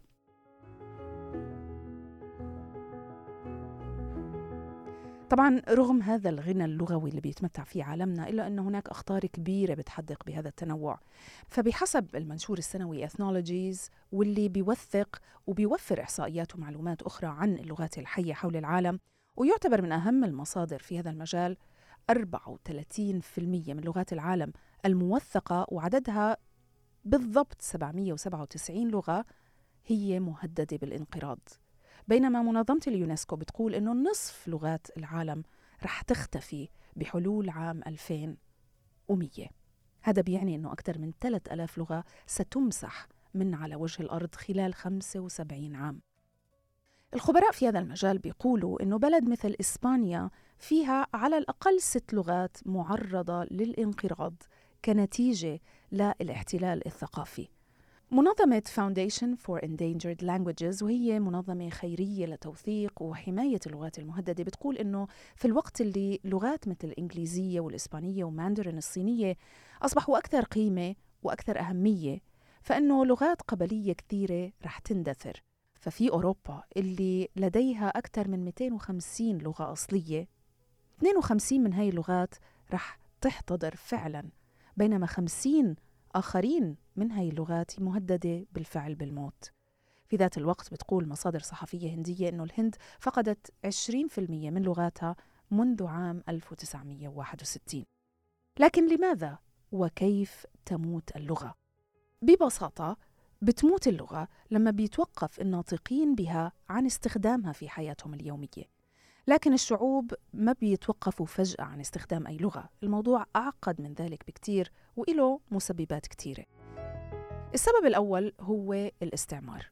Speaker 2: طبعا رغم هذا الغنى اللغوي اللي بيتمتع فيه عالمنا، إلا أن هناك أخطار كبيرة بتحدق بهذا التنوع. فبحسب المنشور السنوي Ethnologies، واللي بيوثق وبيوفر إحصائيات ومعلومات أخرى عن اللغات الحية حول العالم، ويعتبر من أهم المصادر في هذا المجال، أربعة وثلاثين بالمئة من لغات العالم الموثقة وعددها بالضبط سبعمئة وسبعة وتسعين لغة هي مهددة بالانقراض. بينما منظمة اليونسكو بتقول إنه نصف لغات العالم رح تختفي بحلول عام ألفين ومئة. هذا بيعني إنه أكثر من ثلاثة آلاف لغة ستمسح من على وجه الأرض خلال خمسة وسبعين عام. الخبراء في هذا المجال بيقولوا إنه بلد مثل إسبانيا فيها على الأقل ست لغات معرضة للانقراض كنتيجة للاحتلال الثقافي. منظمة Foundation for Endangered Languages، وهي منظمة خيرية لتوثيق وحماية اللغات المهددة، بتقول إنه في الوقت اللي لغات مثل الإنجليزية والإسبانية وماندرين الصينية أصبحوا أكثر قيمة وأكثر أهمية، فإنه لغات قبلية كثيرة رح تندثر. ففي أوروبا اللي لديها أكثر من مئتين وخمسين لغة أصلية، اثنين وخمسين من هاي اللغات رح تحتضر فعلاً، بينما خمسين آخرين من هاي اللغات مهددة بالفعل بالموت. في ذات الوقت بتقول مصادر صحفية هندية إنه الهند فقدت عشرين بالمئة من لغاتها منذ عام ألف وتسعمئة وواحد وستين. لكن لماذا وكيف تموت اللغة؟ ببساطة بتموت اللغة لما بيتوقف الناطقين بها عن استخدامها في حياتهم اليومية. لكن الشعوب ما بيتوقفوا فجأة عن استخدام أي لغة، الموضوع أعقد من ذلك بكتير وإله مسببات كتيرة. السبب الأول هو الاستعمار.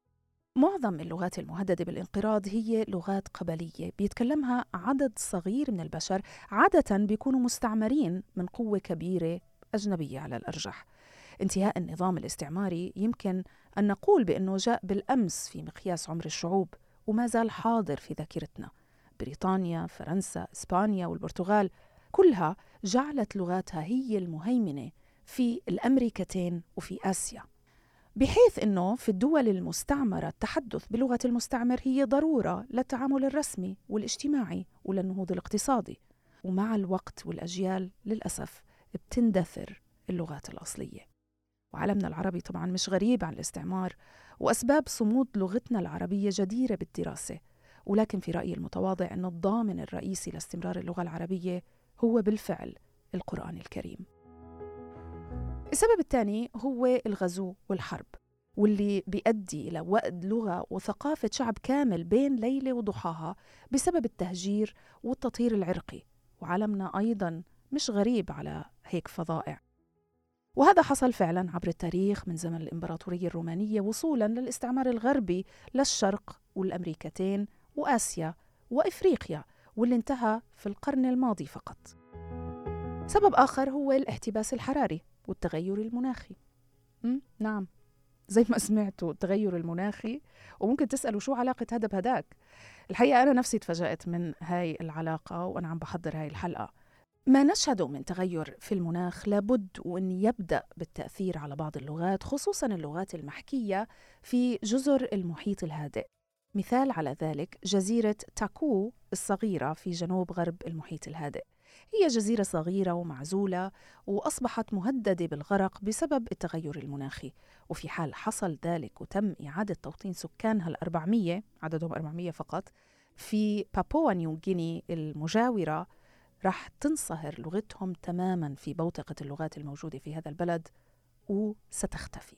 Speaker 2: معظم اللغات المهددة بالانقراض هي لغات قبلية بيتكلمها عدد صغير من البشر، عادة بيكونوا مستعمرين من قوة كبيرة أجنبية على الأرجح. انتهاء النظام الاستعماري يمكن أن نقول بأنه جاء بالأمس في مقياس عمر الشعوب، وما زال حاضر في ذاكرتنا. بريطانيا، فرنسا، إسبانيا والبرتغال كلها جعلت لغاتها هي المهيمنة في الأمريكتين وفي آسيا، بحيث أنه في الدول المستعمرة التحدث بلغة المستعمر هي ضرورة للتعامل الرسمي والاجتماعي وللنهوض الاقتصادي. ومع الوقت والأجيال للأسف بتندثر اللغات الأصلية. وعالمنا العربي طبعاً مش غريب عن الاستعمار، وأسباب صمود لغتنا العربية جديرة بالدراسة، ولكن في رأيي المتواضع أن الضامن الرئيسي لاستمرار اللغة العربية هو بالفعل القرآن الكريم. السبب الثاني هو الغزو والحرب، واللي بيؤدي إلى وأد لغة وثقافة شعب كامل بين ليلة وضحاها بسبب التهجير والتطهير العرقي. وعالمنا أيضاً مش غريب على هيك فظائع، وهذا حصل فعلاً عبر التاريخ من زمن الإمبراطورية الرومانية وصولاً للاستعمار الغربي للشرق والأمريكتين وآسيا وإفريقيا، واللي انتهى في القرن الماضي فقط. سبب آخر هو الاحتباس الحراري والتغير المناخي. م? نعم، زي ما سمعتوا التغير المناخي، وممكن تسألوا شو علاقة هذا بهداك. الحقيقة أنا نفسي تفاجأت من هاي العلاقة وأنا عم بحضر هاي الحلقة. ما نشهده من تغير في المناخ لابد وأن يبدأ بالتأثير على بعض اللغات، خصوصاً اللغات المحكية في جزر المحيط الهادئ. مثال على ذلك جزيرة تاكو الصغيرة في جنوب غرب المحيط الهادئ. هي جزيرة صغيرة ومعزولة وأصبحت مهددة بالغرق بسبب التغير المناخي، وفي حال حصل ذلك وتم إعادة توطين سكانها الأربعمية، عددهم أربعمية فقط، في بابوا نيو غيني المجاورة، راح تنصهر لغتهم تماماً في بوتقة اللغات الموجودة في هذا البلد وستختفي.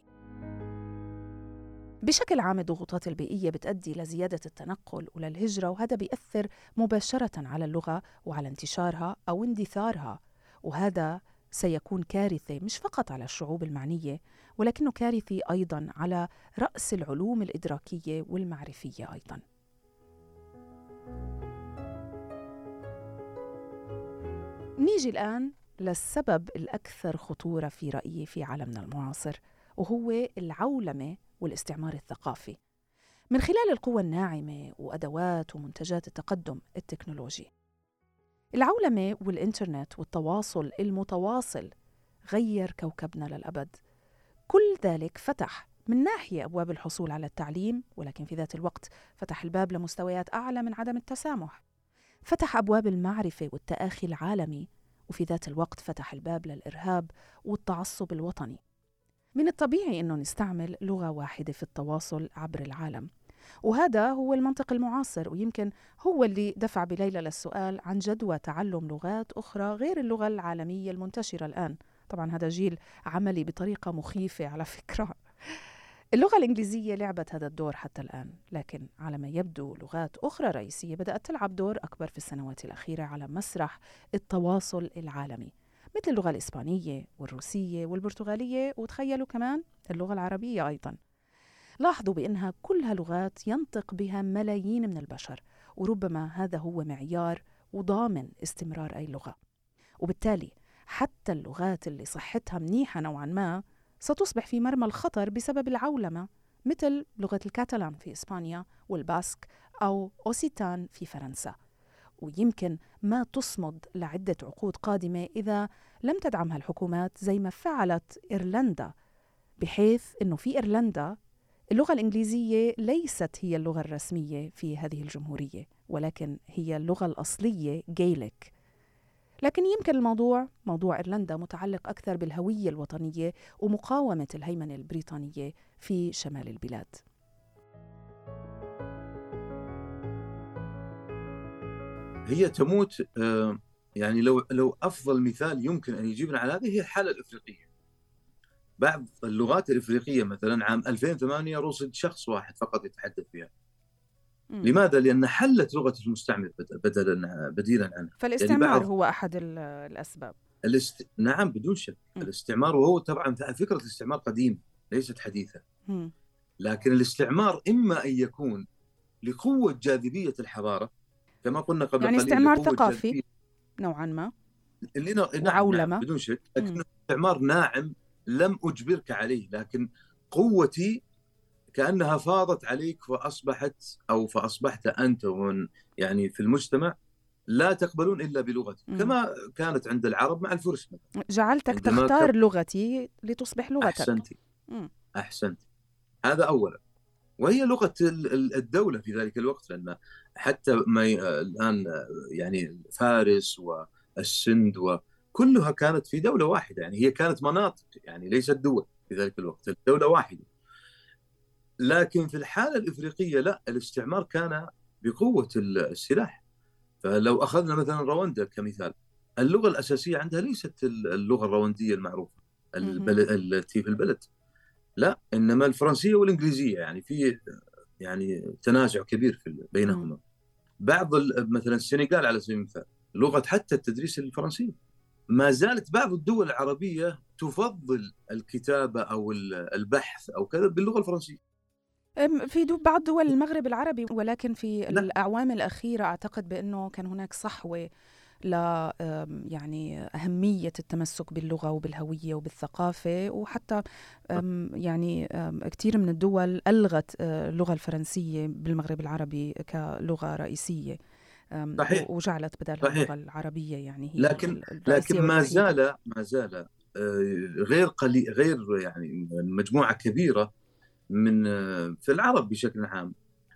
Speaker 2: بشكل عام الضغوطات البيئية بتؤدي لزيادة التنقل وللهجرة، وهذا بيأثر مباشرة على اللغة وعلى انتشارها أو اندثارها، وهذا سيكون كارثة مش فقط على الشعوب المعنية، ولكنه كارثي أيضاً على رأس العلوم الإدراكية والمعرفية أيضاً. نيجي الآن للسبب الأكثر خطورة في رأيي في عالمنا المعاصر، وهو العولمة والاستعمار الثقافي من خلال القوى الناعمة وأدوات ومنتجات التقدم التكنولوجي. العولمة والإنترنت والتواصل المتواصل غير كوكبنا للأبد. كل ذلك فتح من ناحية أبواب الحصول على التعليم، ولكن في ذات الوقت فتح الباب لمستويات أعلى من عدم التسامح. فتح أبواب المعرفة والتآخي العالمي، وفي ذات الوقت فتح الباب للإرهاب والتعصب الوطني. من الطبيعي أنه نستعمل لغة واحدة في التواصل عبر العالم، وهذا هو المنطق المعاصر، ويمكن هو اللي دفع بليلى للسؤال عن جدوى تعلم لغات أخرى غير اللغة العالمية المنتشرة الآن. طبعا هذا جيل عملي بطريقة مخيفة على فكرة. اللغة الإنجليزية لعبت هذا الدور حتى الآن، لكن على ما يبدو لغات أخرى رئيسية بدأت تلعب دور أكبر في السنوات الأخيرة على مسرح التواصل العالمي، مثل اللغة الإسبانية والروسية والبرتغالية، وتخيلوا كمان اللغة العربية أيضاً. لاحظوا بأنها كلها لغات ينطق بها ملايين من البشر، وربما هذا هو معيار وضامن استمرار أي لغة. وبالتالي حتى اللغات اللي صحتها منيحة نوعا ما ستصبح في مرمى الخطر بسبب العولمة، مثل لغة الكاتالان في إسبانيا والباسك أو أوسيتان في فرنسا، ويمكن ما تصمد لعدة عقود قادمة إذا لم تدعمها الحكومات زي ما فعلت إيرلندا، بحيث أنه في إيرلندا اللغة الإنجليزية ليست هي اللغة الرسمية في هذه الجمهورية، ولكن هي اللغة الأصلية جايليك. لكن يمكن الموضوع موضوع إيرلندا متعلق أكثر بالهوية الوطنية ومقاومة الهيمنة البريطانية في شمال البلاد.
Speaker 3: هي تموت يعني لو لو أفضل مثال يمكن أن يجيبنا على هذه هي الحالة الإفريقية. بعض اللغات الإفريقية مثلا عام ألفين وثمانية رصد شخص واحد فقط يتحدث بها. م. لماذا؟ لأن حلت لغة المستعمر بدلا بديلا عنها.
Speaker 2: فالاستعمار يعني هو أحد الأسباب.
Speaker 3: الاست... نعم بدون شك. م. الاستعمار، وهو طبعا فكرة الاستعمار قديمة ليست حديثة. م. لكن الاستعمار إما أن يكون لقوة جاذبية الحضارة كما قلنا قبل
Speaker 2: يعني
Speaker 3: قليل،
Speaker 2: استعمار ثقافي نوعا ما
Speaker 3: اللي نعم نعم بدون شك، لكن استعمار ناعم لم أجبرك عليه، لكن قوتي كأنها فاضت عليك فأصبحت أو فأصبحت أنت ومن يعني في المجتمع لا تقبلون إلا بلغتي، كما كانت عند العرب مع الفرس مثلا.
Speaker 2: جعلتك تختار كب... لغتي لتصبح لغتك.
Speaker 3: أحسنتي أحسنتي هذا أولا، وهي لغة الدولة في ذلك الوقت، لأن حتى ما الآن يعني فارس والسند وكلها كانت في دولة واحدة، يعني هي كانت مناطق يعني ليست دول في ذلك الوقت، الدولة واحدة. لكن في الحالة الإفريقية لا، الاستعمار كان بقوة السلاح. فلو أخذنا مثلا رواندا كمثال، اللغة الأساسية عندها ليست اللغة الرواندية المعروفة التي في البلد، لا، إنما الفرنسية والإنجليزية، يعني في يعني تنازع كبير في بينهما. م. بعض مثلا السنغال على سبيل المثال لغة حتى التدريس الفرنسية. ما زالت بعض الدول العربية تفضل الكتابة أو البحث أو كذا باللغة الفرنسية.
Speaker 2: في بعض دول المغرب العربي، ولكن في لا. الأعوام الأخيرة أعتقد بأنه كان هناك صحوة ل يعني أهمية التمسك باللغة وبالهوية وبالثقافة، وحتى يعني كثير من الدول ألغت اللغة الفرنسية بالمغرب العربي كلغة رئيسية، صحيح. وجعلت بدالها اللغة العربية يعني هي
Speaker 3: لكن لكن ما زال ما زال غير قليل، غير يعني مجموعة كبيرة من في العرب بشكل عام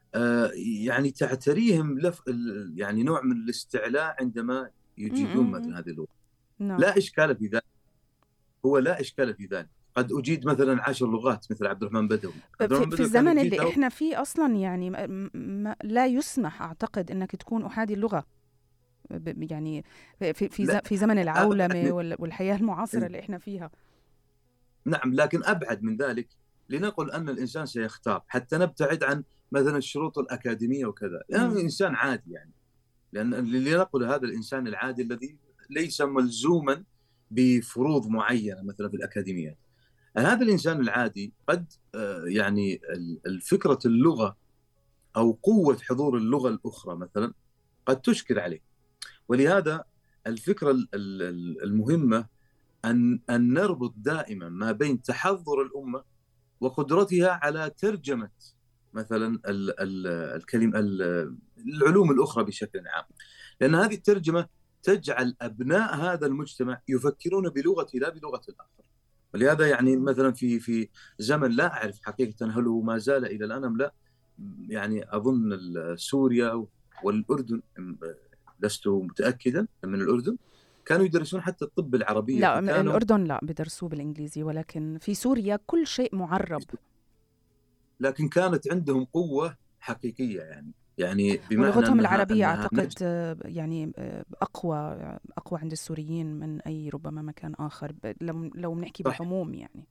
Speaker 3: يعني تعتريهم لف يعني نوع من الاستعلاء عندما يجيدون مثل هذه اللغة. no. لا إشكال في ذلك، هو لا إشكال في ذلك. قد أجيد مثلا عشر لغات مثل عبد الرحمن بدوي.
Speaker 2: عبد الرحمن بدوي في الزمن اللي إحنا فيه أصلا يعني ما لا يسمح أعتقد أنك تكون أحادي اللغة، يعني في في في زمن العولمة والحياة المعاصرة اللي إحنا فيها.
Speaker 3: نعم، لكن أبعد من ذلك، لنقل أن الإنسان سيختار حتى نبتعد عن مثلا الشروط الأكاديمية وكذا، يعني إنسان عادي، يعني لأن لنقل هذا الإنسان العادي الذي ليس ملزوما بفروض معينة مثلا في الأكاديميات، هذا الإنسان العادي قد يعني الفكرة اللغة أو قوة حضور اللغة الأخرى مثلا قد تشكل عليه. ولهذا الفكرة المهمة أن أن نربط دائما ما بين تحضر الأمة وقدرتها على ترجمة مثلا الكلمة العلوم الأخرى بشكل عام، لأن هذه الترجمة تجعل أبناء هذا المجتمع يفكرون بلغة لا بلغة الآخر. ولهذا يعني مثلا في في زمن لا أعرف حقيقة هل هو ما زال إلى الآن أم لا، يعني أظن سوريا والأردن، لست متأكدا من الأردن، كانوا يدرسون حتى الطب العربية.
Speaker 2: لا الأردن لا بدرسوه بالإنجليزي، ولكن في سوريا كل شيء معرب.
Speaker 3: لكن كانت عندهم قوة حقيقية، يعني يعني
Speaker 2: بمعنى ولغتهم العربية أعتقد يعني أقوى أقوى عند السوريين من أي ربما مكان آخر، لو لو بنحكي بعموم يعني.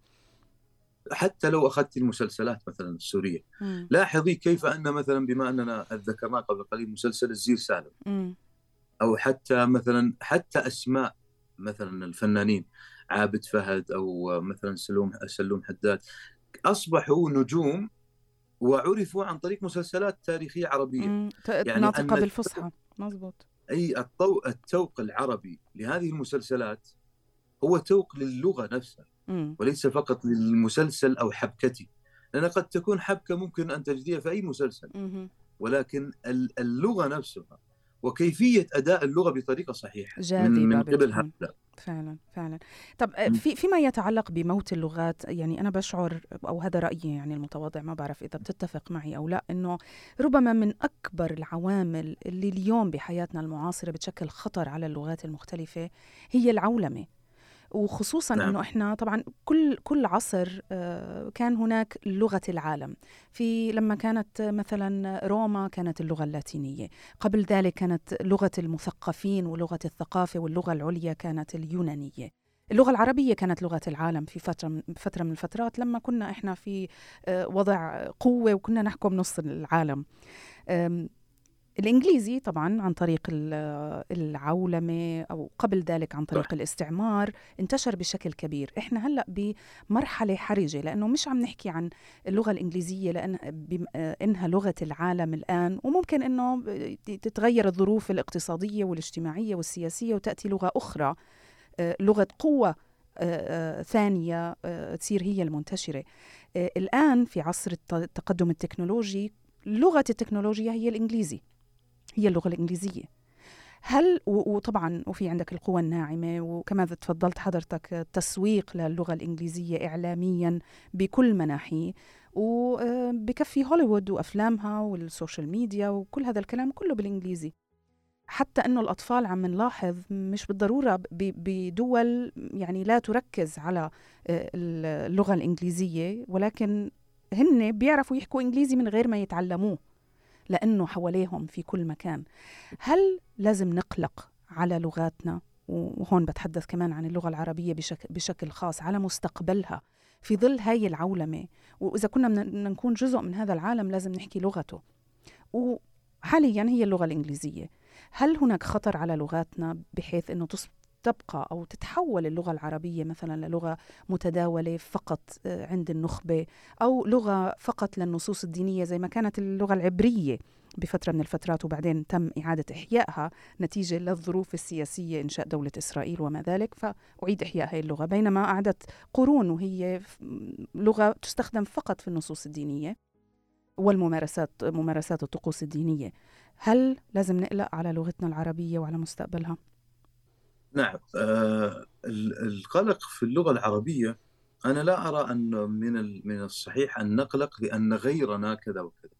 Speaker 3: حتى لو أخذت المسلسلات مثلا السورية، م. لاحظي كيف أن مثلا بما أننا ذكرنا قبل قليل مسلسل الزير سالم، م. أو حتى مثلا حتى أسماء مثلا الفنانين عابد فهد أو مثلا سلوم سلوم حداد أصبحوا نجوم وعرفوا عن طريق مسلسلات تاريخية عربية،
Speaker 2: يعني ناطقة بالفصحى. مزبوط.
Speaker 3: أي الطو... التوق العربي لهذه المسلسلات هو توق للغة نفسها
Speaker 2: مم.
Speaker 3: وليس فقط للمسلسل أو حبكته، لأن قد تكون حبكة ممكن أن تجديها في أي مسلسل،
Speaker 2: مم.
Speaker 3: ولكن اللغة نفسها وكيفية أداء اللغة بطريقة صحيحة من
Speaker 2: جاذبة
Speaker 3: من قبل
Speaker 2: بتكون.
Speaker 3: هؤلاء.
Speaker 2: فعلا فعلا. طب
Speaker 3: م.
Speaker 2: في فيما يتعلق بموت اللغات، يعني أنا بشعر، أو هذا رأيي يعني المتواضع، ما بعرف إذا بتتفق معي أو لا، إنه ربما من أكبر العوامل اللي اليوم بحياتنا المعاصرة بتشكل خطر على اللغات المختلفة هي العولمة. وخصوصا
Speaker 3: نعم.
Speaker 2: انه احنا طبعا كل كل عصر كان هناك لغه العالم. في لما كانت مثلا روما كانت اللغه اللاتينيه، قبل ذلك كانت لغه المثقفين ولغه الثقافه، واللغه العليا كانت اليونانيه. اللغه العربيه كانت لغه العالم في فتره فتره من الفترات لما كنا احنا في وضع قوه وكنا نحكم نص العالم. الإنجليزي طبعاً عن طريق العولمة، أو قبل ذلك عن طريق الاستعمار، انتشر بشكل كبير. إحنا هلأ بمرحلة حرجة، لأنه مش عم نحكي عن اللغة الإنجليزية لأن إنها لغة العالم الآن، وممكن إنه تتغير الظروف الاقتصادية والاجتماعية والسياسية وتأتي لغة أخرى، لغة قوة ثانية تصير هي المنتشرة. الآن في عصر التقدم التكنولوجي، لغة التكنولوجيا هي الإنجليزي، هي اللغة الإنجليزية. هل وطبعا وفي عندك القوى الناعمة، وكما تفضلت حضرتك التسويق للغة الإنجليزية إعلاميا بكل مناحيه، وبكفي هوليوود وأفلامها والسوشيال ميديا وكل هذا الكلام كله بالإنجليزي. حتى أنه الأطفال عم نلاحظ مش بالضرورة بدول يعني لا تركز على اللغة الإنجليزية، ولكن هن بيعرفوا يحكوا إنجليزي من غير ما يتعلموه لأنه حواليهم في كل مكان. هل لازم نقلق على لغاتنا، وهون بتحدث كمان عن اللغة العربية بشكل, بشكل خاص، على مستقبلها في ظل هاي العولمة؟ وإذا كنا بدنا نكون جزء من هذا العالم لازم نحكي لغته، وحاليا هي اللغة الإنجليزية. هل هناك خطر على لغاتنا بحيث أنه تبقى أو تتحول اللغة العربية مثلا للغة متداولة فقط عند النخبة، أو لغة فقط للنصوص الدينية زي ما كانت اللغة العبرية بفترة من الفترات، وبعدين تم إعادة إحيائها نتيجة للظروف السياسية، إنشاء دولة إسرائيل وما ذلك، فأعيد إحياء هذه اللغة، بينما قعدت قرون وهي لغة تستخدم فقط في النصوص الدينية والممارسات ممارسات الطقوس الدينية. هل لازم نقلق على لغتنا العربية وعلى مستقبلها؟
Speaker 3: نعم. آه القلق في اللغة العربية، أنا لا أرى أن من من الصحيح أن نقلق لأن غيرنا كذا وكذا،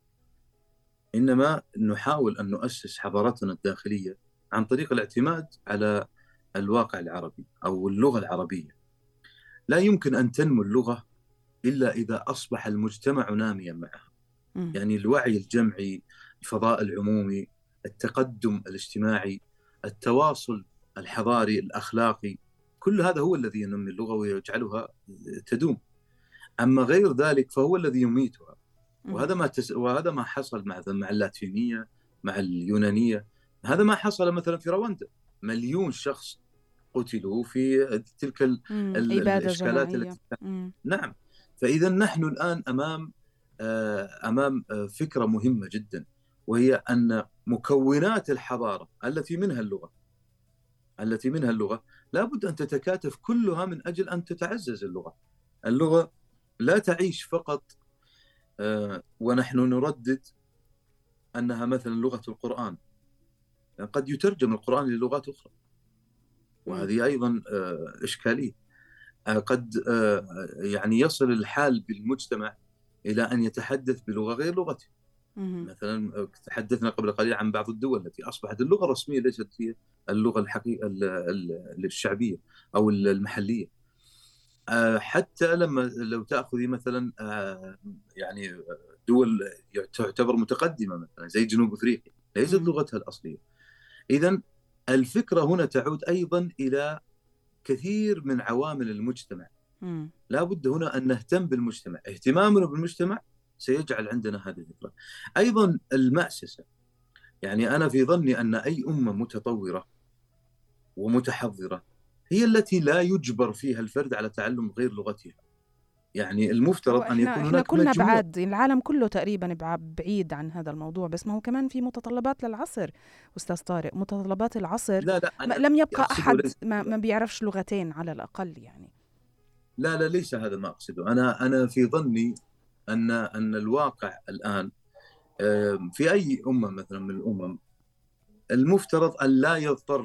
Speaker 3: إنما نحاول أن نؤسس حضارتنا الداخلية عن طريق الاعتماد على الواقع العربي أو اللغة العربية. لا يمكن أن تنمو اللغة إلا إذا أصبح المجتمع ناميا معها. م. يعني الوعي الجمعي، الفضاء العمومي، التقدم الاجتماعي، التواصل الحضاري الأخلاقي، كل هذا هو الذي ينمي اللغة ويجعلها تدوم. أما غير ذلك فهو الذي يميتها. وهذا ما تس... وهذا ما حصل مع مع اللاتينية، مع اليونانية. هذا ما حصل مثلا في رواندا، مليون شخص قتلوا في تلك ال... ال... الإشكالات
Speaker 2: جماعية.
Speaker 3: التي... نعم. فإذا نحن الآن أمام أمام فكرة مهمة جدا، وهي أن مكونات الحضارة التي منها اللغة التي منها اللغة لابد أن تتكاتف كلها من أجل أن تتعزز اللغة. اللغة لا تعيش فقط ونحن نردد أنها مثلا لغة القرآن، يعني قد يترجم القرآن للغات أخرى، وهذه أيضا إشكالية. قد يعني يصل الحال بالمجتمع إلى أن يتحدث بلغة غير لغته. مثلا تحدثنا قبل قليل عن بعض الدول التي أصبحت اللغة الرسمية ليست هي اللغة الحقيقية الشعبية أو المحلية. حتى لما لو تأخذي مثلا يعني دول تعتبر متقدمة مثلا زي جنوب أفريقيا ليست لغتها الأصلية. إذن الفكرة هنا تعود أيضا إلى كثير من عوامل المجتمع. مم. لا بد هنا أن نهتم بالمجتمع. اهتمامنا بالمجتمع سيجعل عندنا هذه الفكرة. أيضا المأسسة، يعني أنا في ظني أن أي أمة متطورة ومتحضرة هي التي لا يجبر فيها الفرد على تعلم غير لغتها. يعني المفترض أن يكون
Speaker 2: احنا
Speaker 3: هناك
Speaker 2: كلنا
Speaker 3: مجموعة.
Speaker 2: بعاد، العالم كله تقريبا بعيد عن هذا الموضوع، بس ما هو كمان في متطلبات للعصر أستاذ طارق. متطلبات العصر
Speaker 3: لا لا
Speaker 2: ما
Speaker 3: أنا
Speaker 2: لم يبقى
Speaker 3: أقصده
Speaker 2: أحد
Speaker 3: ليس
Speaker 2: ما, ما بيعرفش لغتين على الأقل يعني.
Speaker 3: لا لا ليس هذا ما أقصده. أنا أنا في ظني أن أن الواقع الآن في أي أمة مثلا من الأمم المفترض أن لا يضطر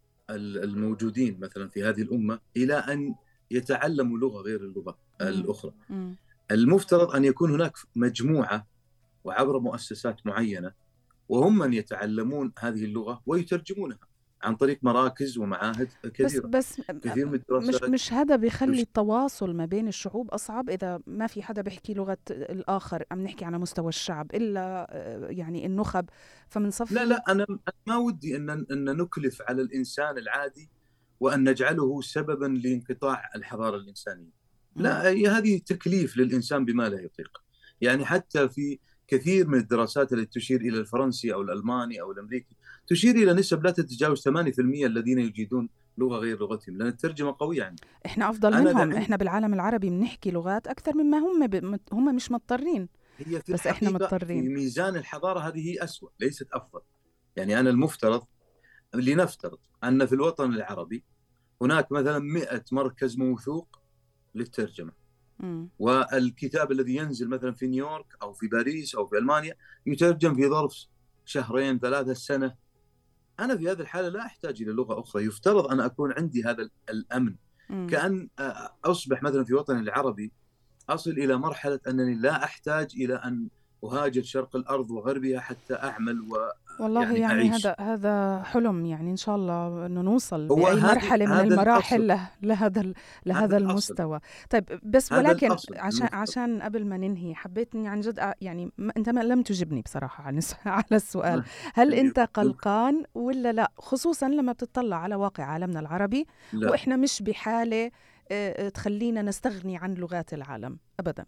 Speaker 3: الموجودين مثلا في هذه الأمة إلى أن يتعلموا لغة غير اللغة
Speaker 2: مم.
Speaker 3: الأخرى.
Speaker 2: مم.
Speaker 3: المفترض أن يكون هناك مجموعة وعبر مؤسسات معينة وهم من يتعلمون هذه اللغة ويترجمونها عن طريق مراكز ومعاهد
Speaker 2: بس
Speaker 3: كثيرة.
Speaker 2: بس
Speaker 3: كثير من
Speaker 2: مش
Speaker 3: الدراسات
Speaker 2: مش هذا بيخلي
Speaker 3: تش...
Speaker 2: التواصل ما بين الشعوب أصعب إذا ما في حدا بيحكي لغة الآخر. عم نحكي على مستوى الشعب إلا يعني النخب، فمن صفي.
Speaker 3: لا لا أنا ما ودي أن أن نكلف على الإنسان العادي وأن نجعله سببا لانقطاع الحضارة الإنسانية. لا، هذه تكليف للإنسان بما لا يطيق. يعني حتى في كثير من الدراسات التي تشير إلى الفرنسي أو الألماني أو الأمريكي تشير إلى نسب لا تتجاوز ثمانية بالمئة الذين يجيدون لغة غير لغتهم، لأن الترجمة قوية عندهم.
Speaker 2: إحنا أفضل منهم. دعين... إحنا بالعالم العربي بنحكي لغات أكثر مما هم ب... هم مش مضطرين.
Speaker 3: هي في
Speaker 2: بس إحنا مضطرين.
Speaker 3: في ميزان الحضارة هذه هي أسوأ ليست أفضل. يعني أنا المفترض لنفترض أن في الوطن العربي هناك مثلا مئة مركز موثوق للترجمة. م. والكتاب الذي ينزل مثلا في نيويورك أو في باريس أو في ألمانيا يترجم في ظرف شهرين ثلاثة سنة. أنا في هذه الحالة لا أحتاج إلى لغة أخرى. يفترض أن أكون عندي هذا الأمن. م. كأن أصبح مثلا في وطني العربي أصل إلى مرحلة أنني لا أحتاج إلى أن أهاجر شرق الأرض وغربها حتى أعمل و
Speaker 2: والله يعني, يعني
Speaker 3: أعيش.
Speaker 2: هذا هذا حلم يعني إن شاء الله إنه نوصل بأي مرحلة من المراحل له لهذا لهذا المستوى. طيب بس ولكن عشان عشان قبل ما ننهي حبيت إني عن جد يعني أنت ما لم تجبني بصراحة على السؤال. هل أنت قلقان ولا لا، خصوصا لما بتطلع على واقع عالمنا العربي لا. وإحنا مش بحالة تخلينا نستغني عن لغات العالم أبدا؟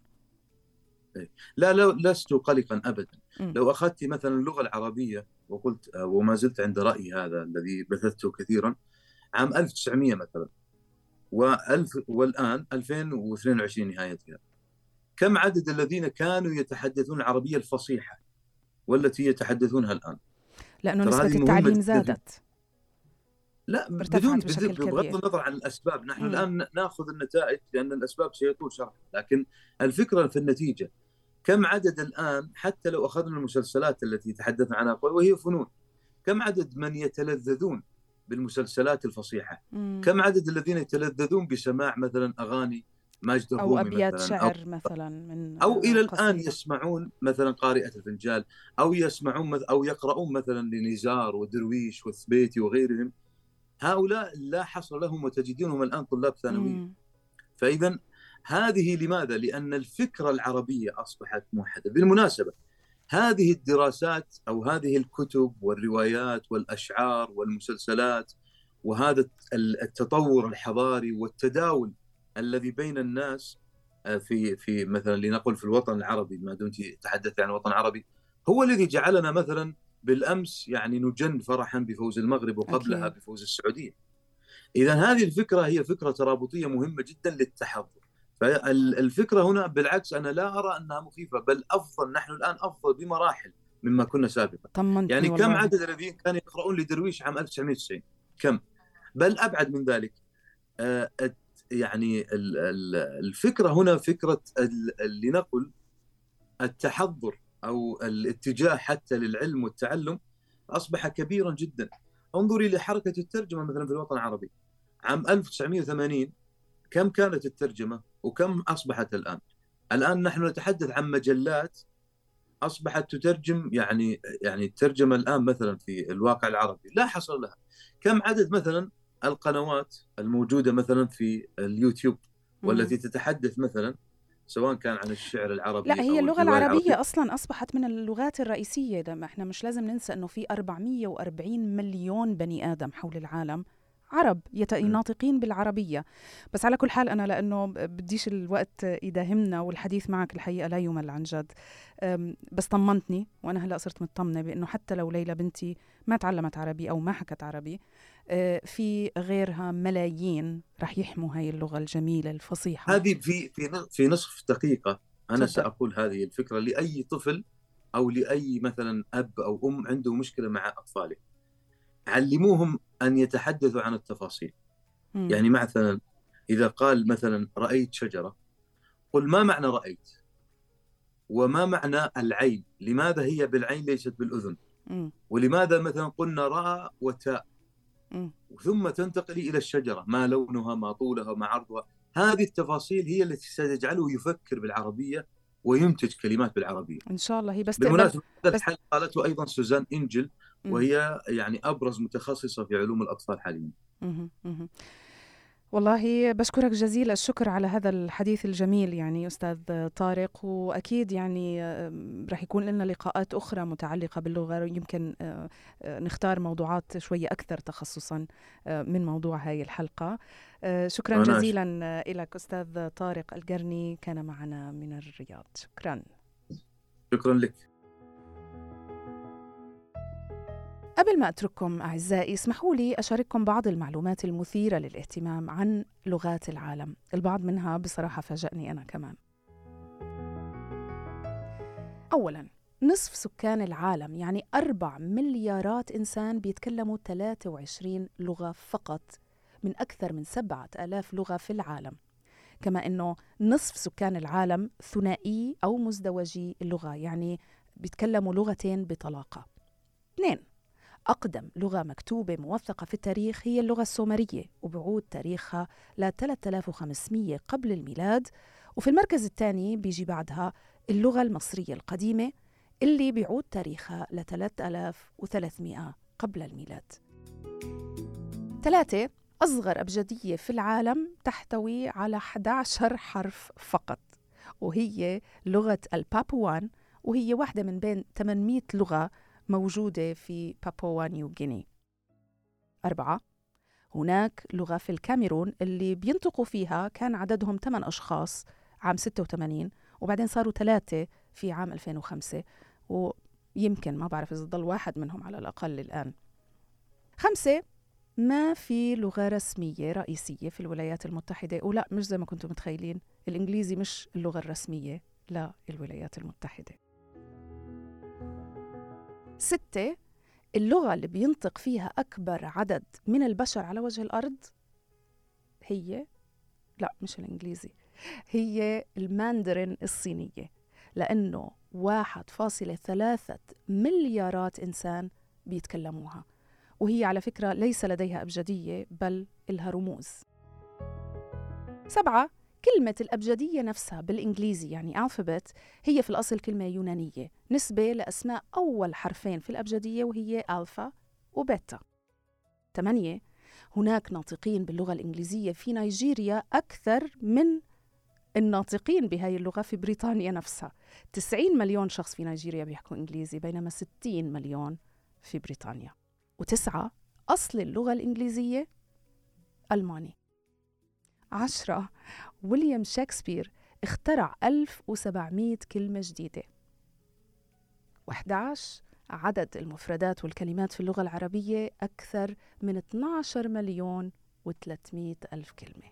Speaker 3: لا لا لست قلقا أبدا. م. لو أخذت مثلا اللغة العربية وقلت وما زلت عند رأيي هذا الذي بثثته كثيرا عام ألف وتسعمئة مثلا وألف والآن ألفين واثنين وعشرين نهايتها، كم عدد الذين كانوا يتحدثون العربية الفصيحة والتي يتحدثونها الآن؟
Speaker 2: لأنه نسبة التعليم زادت.
Speaker 3: لا بدون بغض النظر عن الأسباب. نحن م. الآن نأخذ النتائج لأن الأسباب سيطول شرح، لكن الفكرة في النتيجة كم عدد الآن حتى لو أخذنا المسلسلات التي تحدثنا عنها وهي فنون، كم عدد من يتلذذون بالمسلسلات الفصيحة؟ م. كم عدد الذين يتلذذون بسماع مثلا أغاني ماجد الرومي
Speaker 2: أو أبيات
Speaker 3: مثلاً
Speaker 2: شعر
Speaker 3: أو
Speaker 2: مثلا من
Speaker 3: أو إلى
Speaker 2: قصيدة.
Speaker 3: الآن يسمعون مثلا قارئة الفنجال أو يسمعون أو يقرؤون مثلا لنزار ودرويش والثبيتي وغيرهم. هؤلاء لا حصر لهم وتجدونهم الآن طلاب ثانوية. فإذا هذه لماذا؟ لأن الفكرة العربية أصبحت موحدة. بالمناسبة هذه الدراسات أو هذه الكتب والروايات والأشعار والمسلسلات وهذا التطور الحضاري والتداول الذي بين الناس في في مثلا لنقل في الوطن العربي ما دمت تحدثت عن الوطن العربي هو الذي جعلنا مثلا بالأمس يعني نجن فرحا بفوز المغرب وقبلها أكيد. بفوز السعودية. إذا هذه الفكرة هي فكرة ترابطية مهمة جدا للتحضر. فالفكرة هنا بالعكس أنا لا أرى أنها مخيفة، بل أفضل. نحن الآن أفضل بمراحل مما كنا سابقا. يعني
Speaker 2: والله.
Speaker 3: كم عدد الذين كانوا يقرؤون لدرويش عام ألف وتسعمئة وتسعين؟ كم؟ بل أبعد من ذلك. آه يعني الفكرة هنا فكرة لنقل التحضر أو الاتجاه حتى للعلم والتعلم أصبح كبيرا جدا. انظري لحركة الترجمة مثلا في الوطن العربي عام ألف وتسعمئة وثمانين كم كانت الترجمة وكم أصبحت الآن؟ الآن نحن نتحدث عن مجلات أصبحت تترجم يعني يعني الترجمة الآن مثلا في الواقع العربي لا حصر لها. كم عدد مثلا القنوات الموجودة مثلا في اليوتيوب والتي تتحدث مثلا سواء كان عن الشعر العربي
Speaker 2: لا هي
Speaker 3: أو
Speaker 2: اللغة العربية
Speaker 3: العربية.
Speaker 2: أصلاً أصبحت من اللغات الرئيسية. ده ما إحنا مش لازم ننسى أنه في أربعمئة وأربعين مليون بني آدم حول العالم عرب يناطقين بالعربية. بس على كل حال أنا لأنه بديش الوقت يداهمنا والحديث معك الحقيقة لا يمل عن جد، بس طمنتني وأنا هلأ صرت مطمنة بأنه حتى لو ليلى بنتي ما تعلمت عربي أو ما حكت عربي في غيرها ملايين رح يحموا هاي اللغة الجميلة الفصيحة.
Speaker 3: هذه في في في نصف دقيقة أنا
Speaker 2: تفضل.
Speaker 3: سأقول هذه الفكرة لأي طفل أو لأي مثلا أب أو أم عنده مشكلة مع أطفاله. علموهم أن يتحدثوا عن التفاصيل.
Speaker 2: مم.
Speaker 3: يعني مثلا إذا قال مثلا رأيت شجرة، قل ما معنى رأيت، وما معنى العين، لماذا هي بالعين ليست بالأذن،
Speaker 2: مم.
Speaker 3: ولماذا مثلا قلنا رأى وتاء،
Speaker 2: مم.
Speaker 3: ثم تنتقلي إلى الشجرة، ما لونها، ما طولها، ما عرضها. هذه التفاصيل هي التي ستجعله يفكر بالعربية وينتج كلمات بالعربية.
Speaker 2: إن شاء الله. هي بس تقبل
Speaker 3: بالمناسبة هذا
Speaker 2: بس.
Speaker 3: الحل قالته أيضا سوزان إنجل،
Speaker 2: مم.
Speaker 3: وهي يعني أبرز متخصصة في علوم الأطفال حاليا.
Speaker 2: مم. مم. والله بشكرك جزيل الشكر على هذا الحديث الجميل يعني أستاذ طارق، وأكيد يعني رح يكون لنا لقاءات أخرى متعلقة باللغة، يمكن نختار موضوعات شوية أكثر تخصصا من موضوع هاي الحلقة. شكرا جزيلا لك أستاذ طارق القرني، كان معنا من الرياض. شكرا.
Speaker 3: شكرا لك.
Speaker 2: قبل ما أترككم أعزائي، اسمحوا لي أشارككم بعض المعلومات المثيرة للاهتمام عن لغات العالم. البعض منها بصراحة فاجأني أنا كمان. أولاً، نصف سكان العالم يعني أربع مليارات إنسان بيتكلموا ثلاثة وعشرين لغة فقط من أكثر من سبعة آلاف لغة في العالم. كما أنه نصف سكان العالم ثنائي أو مزدوجي اللغة، يعني بيتكلموا لغتين بطلاقة. اثنين، أقدم لغة مكتوبة موثقة في التاريخ هي اللغة السومرية، وبعود تاريخها ل ثلاثة آلاف وخمسمية قبل الميلاد. وفي المركز الثاني بيجي بعدها اللغة المصرية القديمة اللي بيعود تاريخها ل ثلاثة آلاف وثلاثمئة قبل الميلاد. ثلاثة، أصغر أبجدية في العالم تحتوي على أحد عشر حرف فقط، وهي لغة البابوان، وهي واحدة من بين ثمانمئة لغة موجودة في بابوا نيو غيني. أربعة، هناك لغة في الكاميرون اللي بينطقوا فيها كان عددهم ثمان أشخاص عام ستة وثمانين، وبعدين صاروا ثلاثة في عام ألفين وخمسة، ويمكن ما بعرف إذا ضل واحد منهم على الأقل الآن. خمسة، ما في لغة رسمية رئيسية في الولايات المتحدة، ولا مش زي ما كنتم متخيلين، الإنجليزي مش اللغة الرسمية للولايات المتحدة. ستة، اللغة اللي بينطق فيها أكبر عدد من البشر على وجه الأرض هي لا مش الإنجليزي، هي الماندرين الصينية، لأنه واحد فاصلة ثلاثة مليارات إنسان بيتكلموها، وهي على فكرة ليس لديها أبجدية بل إلها رموز. سبعة، كلمة الأبجدية نفسها بالإنجليزي يعني alphabet هي في الأصل كلمة يونانية نسبة لأسماء أول حرفين في الأبجدية وهي ألفا وبيتا. ثمانية، هناك ناطقين باللغة الإنجليزية في نيجيريا أكثر من الناطقين بهاي اللغة في بريطانيا نفسها. تسعين مليون شخص في نيجيريا بيحكوا إنجليزي بينما ستين مليون في بريطانيا. وتسعة، أصل اللغة الإنجليزية ألماني. عشرة، ويليام شكسبير اخترع ألف وسبعمئة كلمة جديدة. واحد عشر، عدد المفردات والكلمات في اللغة العربية أكثر من اثني عشر مليون وثلاثمئة ألف كلمة.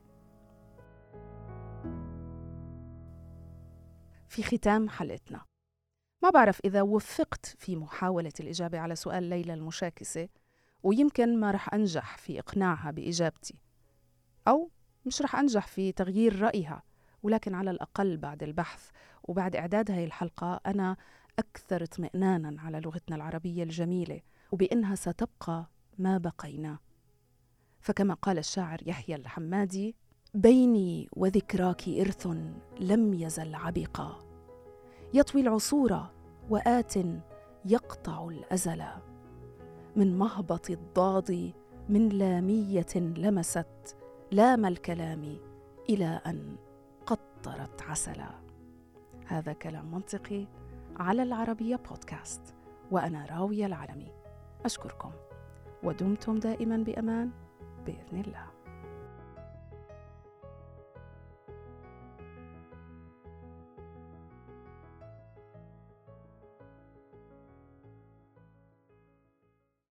Speaker 2: في ختام حلقتنا، ما بعرف إذا وفقت في محاولة الإجابة على سؤال ليلى المشاكسة، ويمكن ما رح أنجح في إقناعها بإجابتي، أو مش رح أنجح في تغيير رأيها، ولكن على الأقل بعد البحث وبعد إعداد هاي الحلقة أنا أكثر اطمئناناً على لغتنا العربية الجميلة وبأنها ستبقى ما بقينا. فكما قال الشاعر يحيى الحمادي: بيني وذكراك إرث لم يزل عبقا، يطوي العصور وآت يقطع الأزل، من مهبط الضاد من لامية لمست لام الكلام إلى أن قطرت عسلا. هذا كلام منطقي على العربية بودكاست، وأنا راوية العلمي. أشكركم ودمتم دائما بأمان بإذن الله.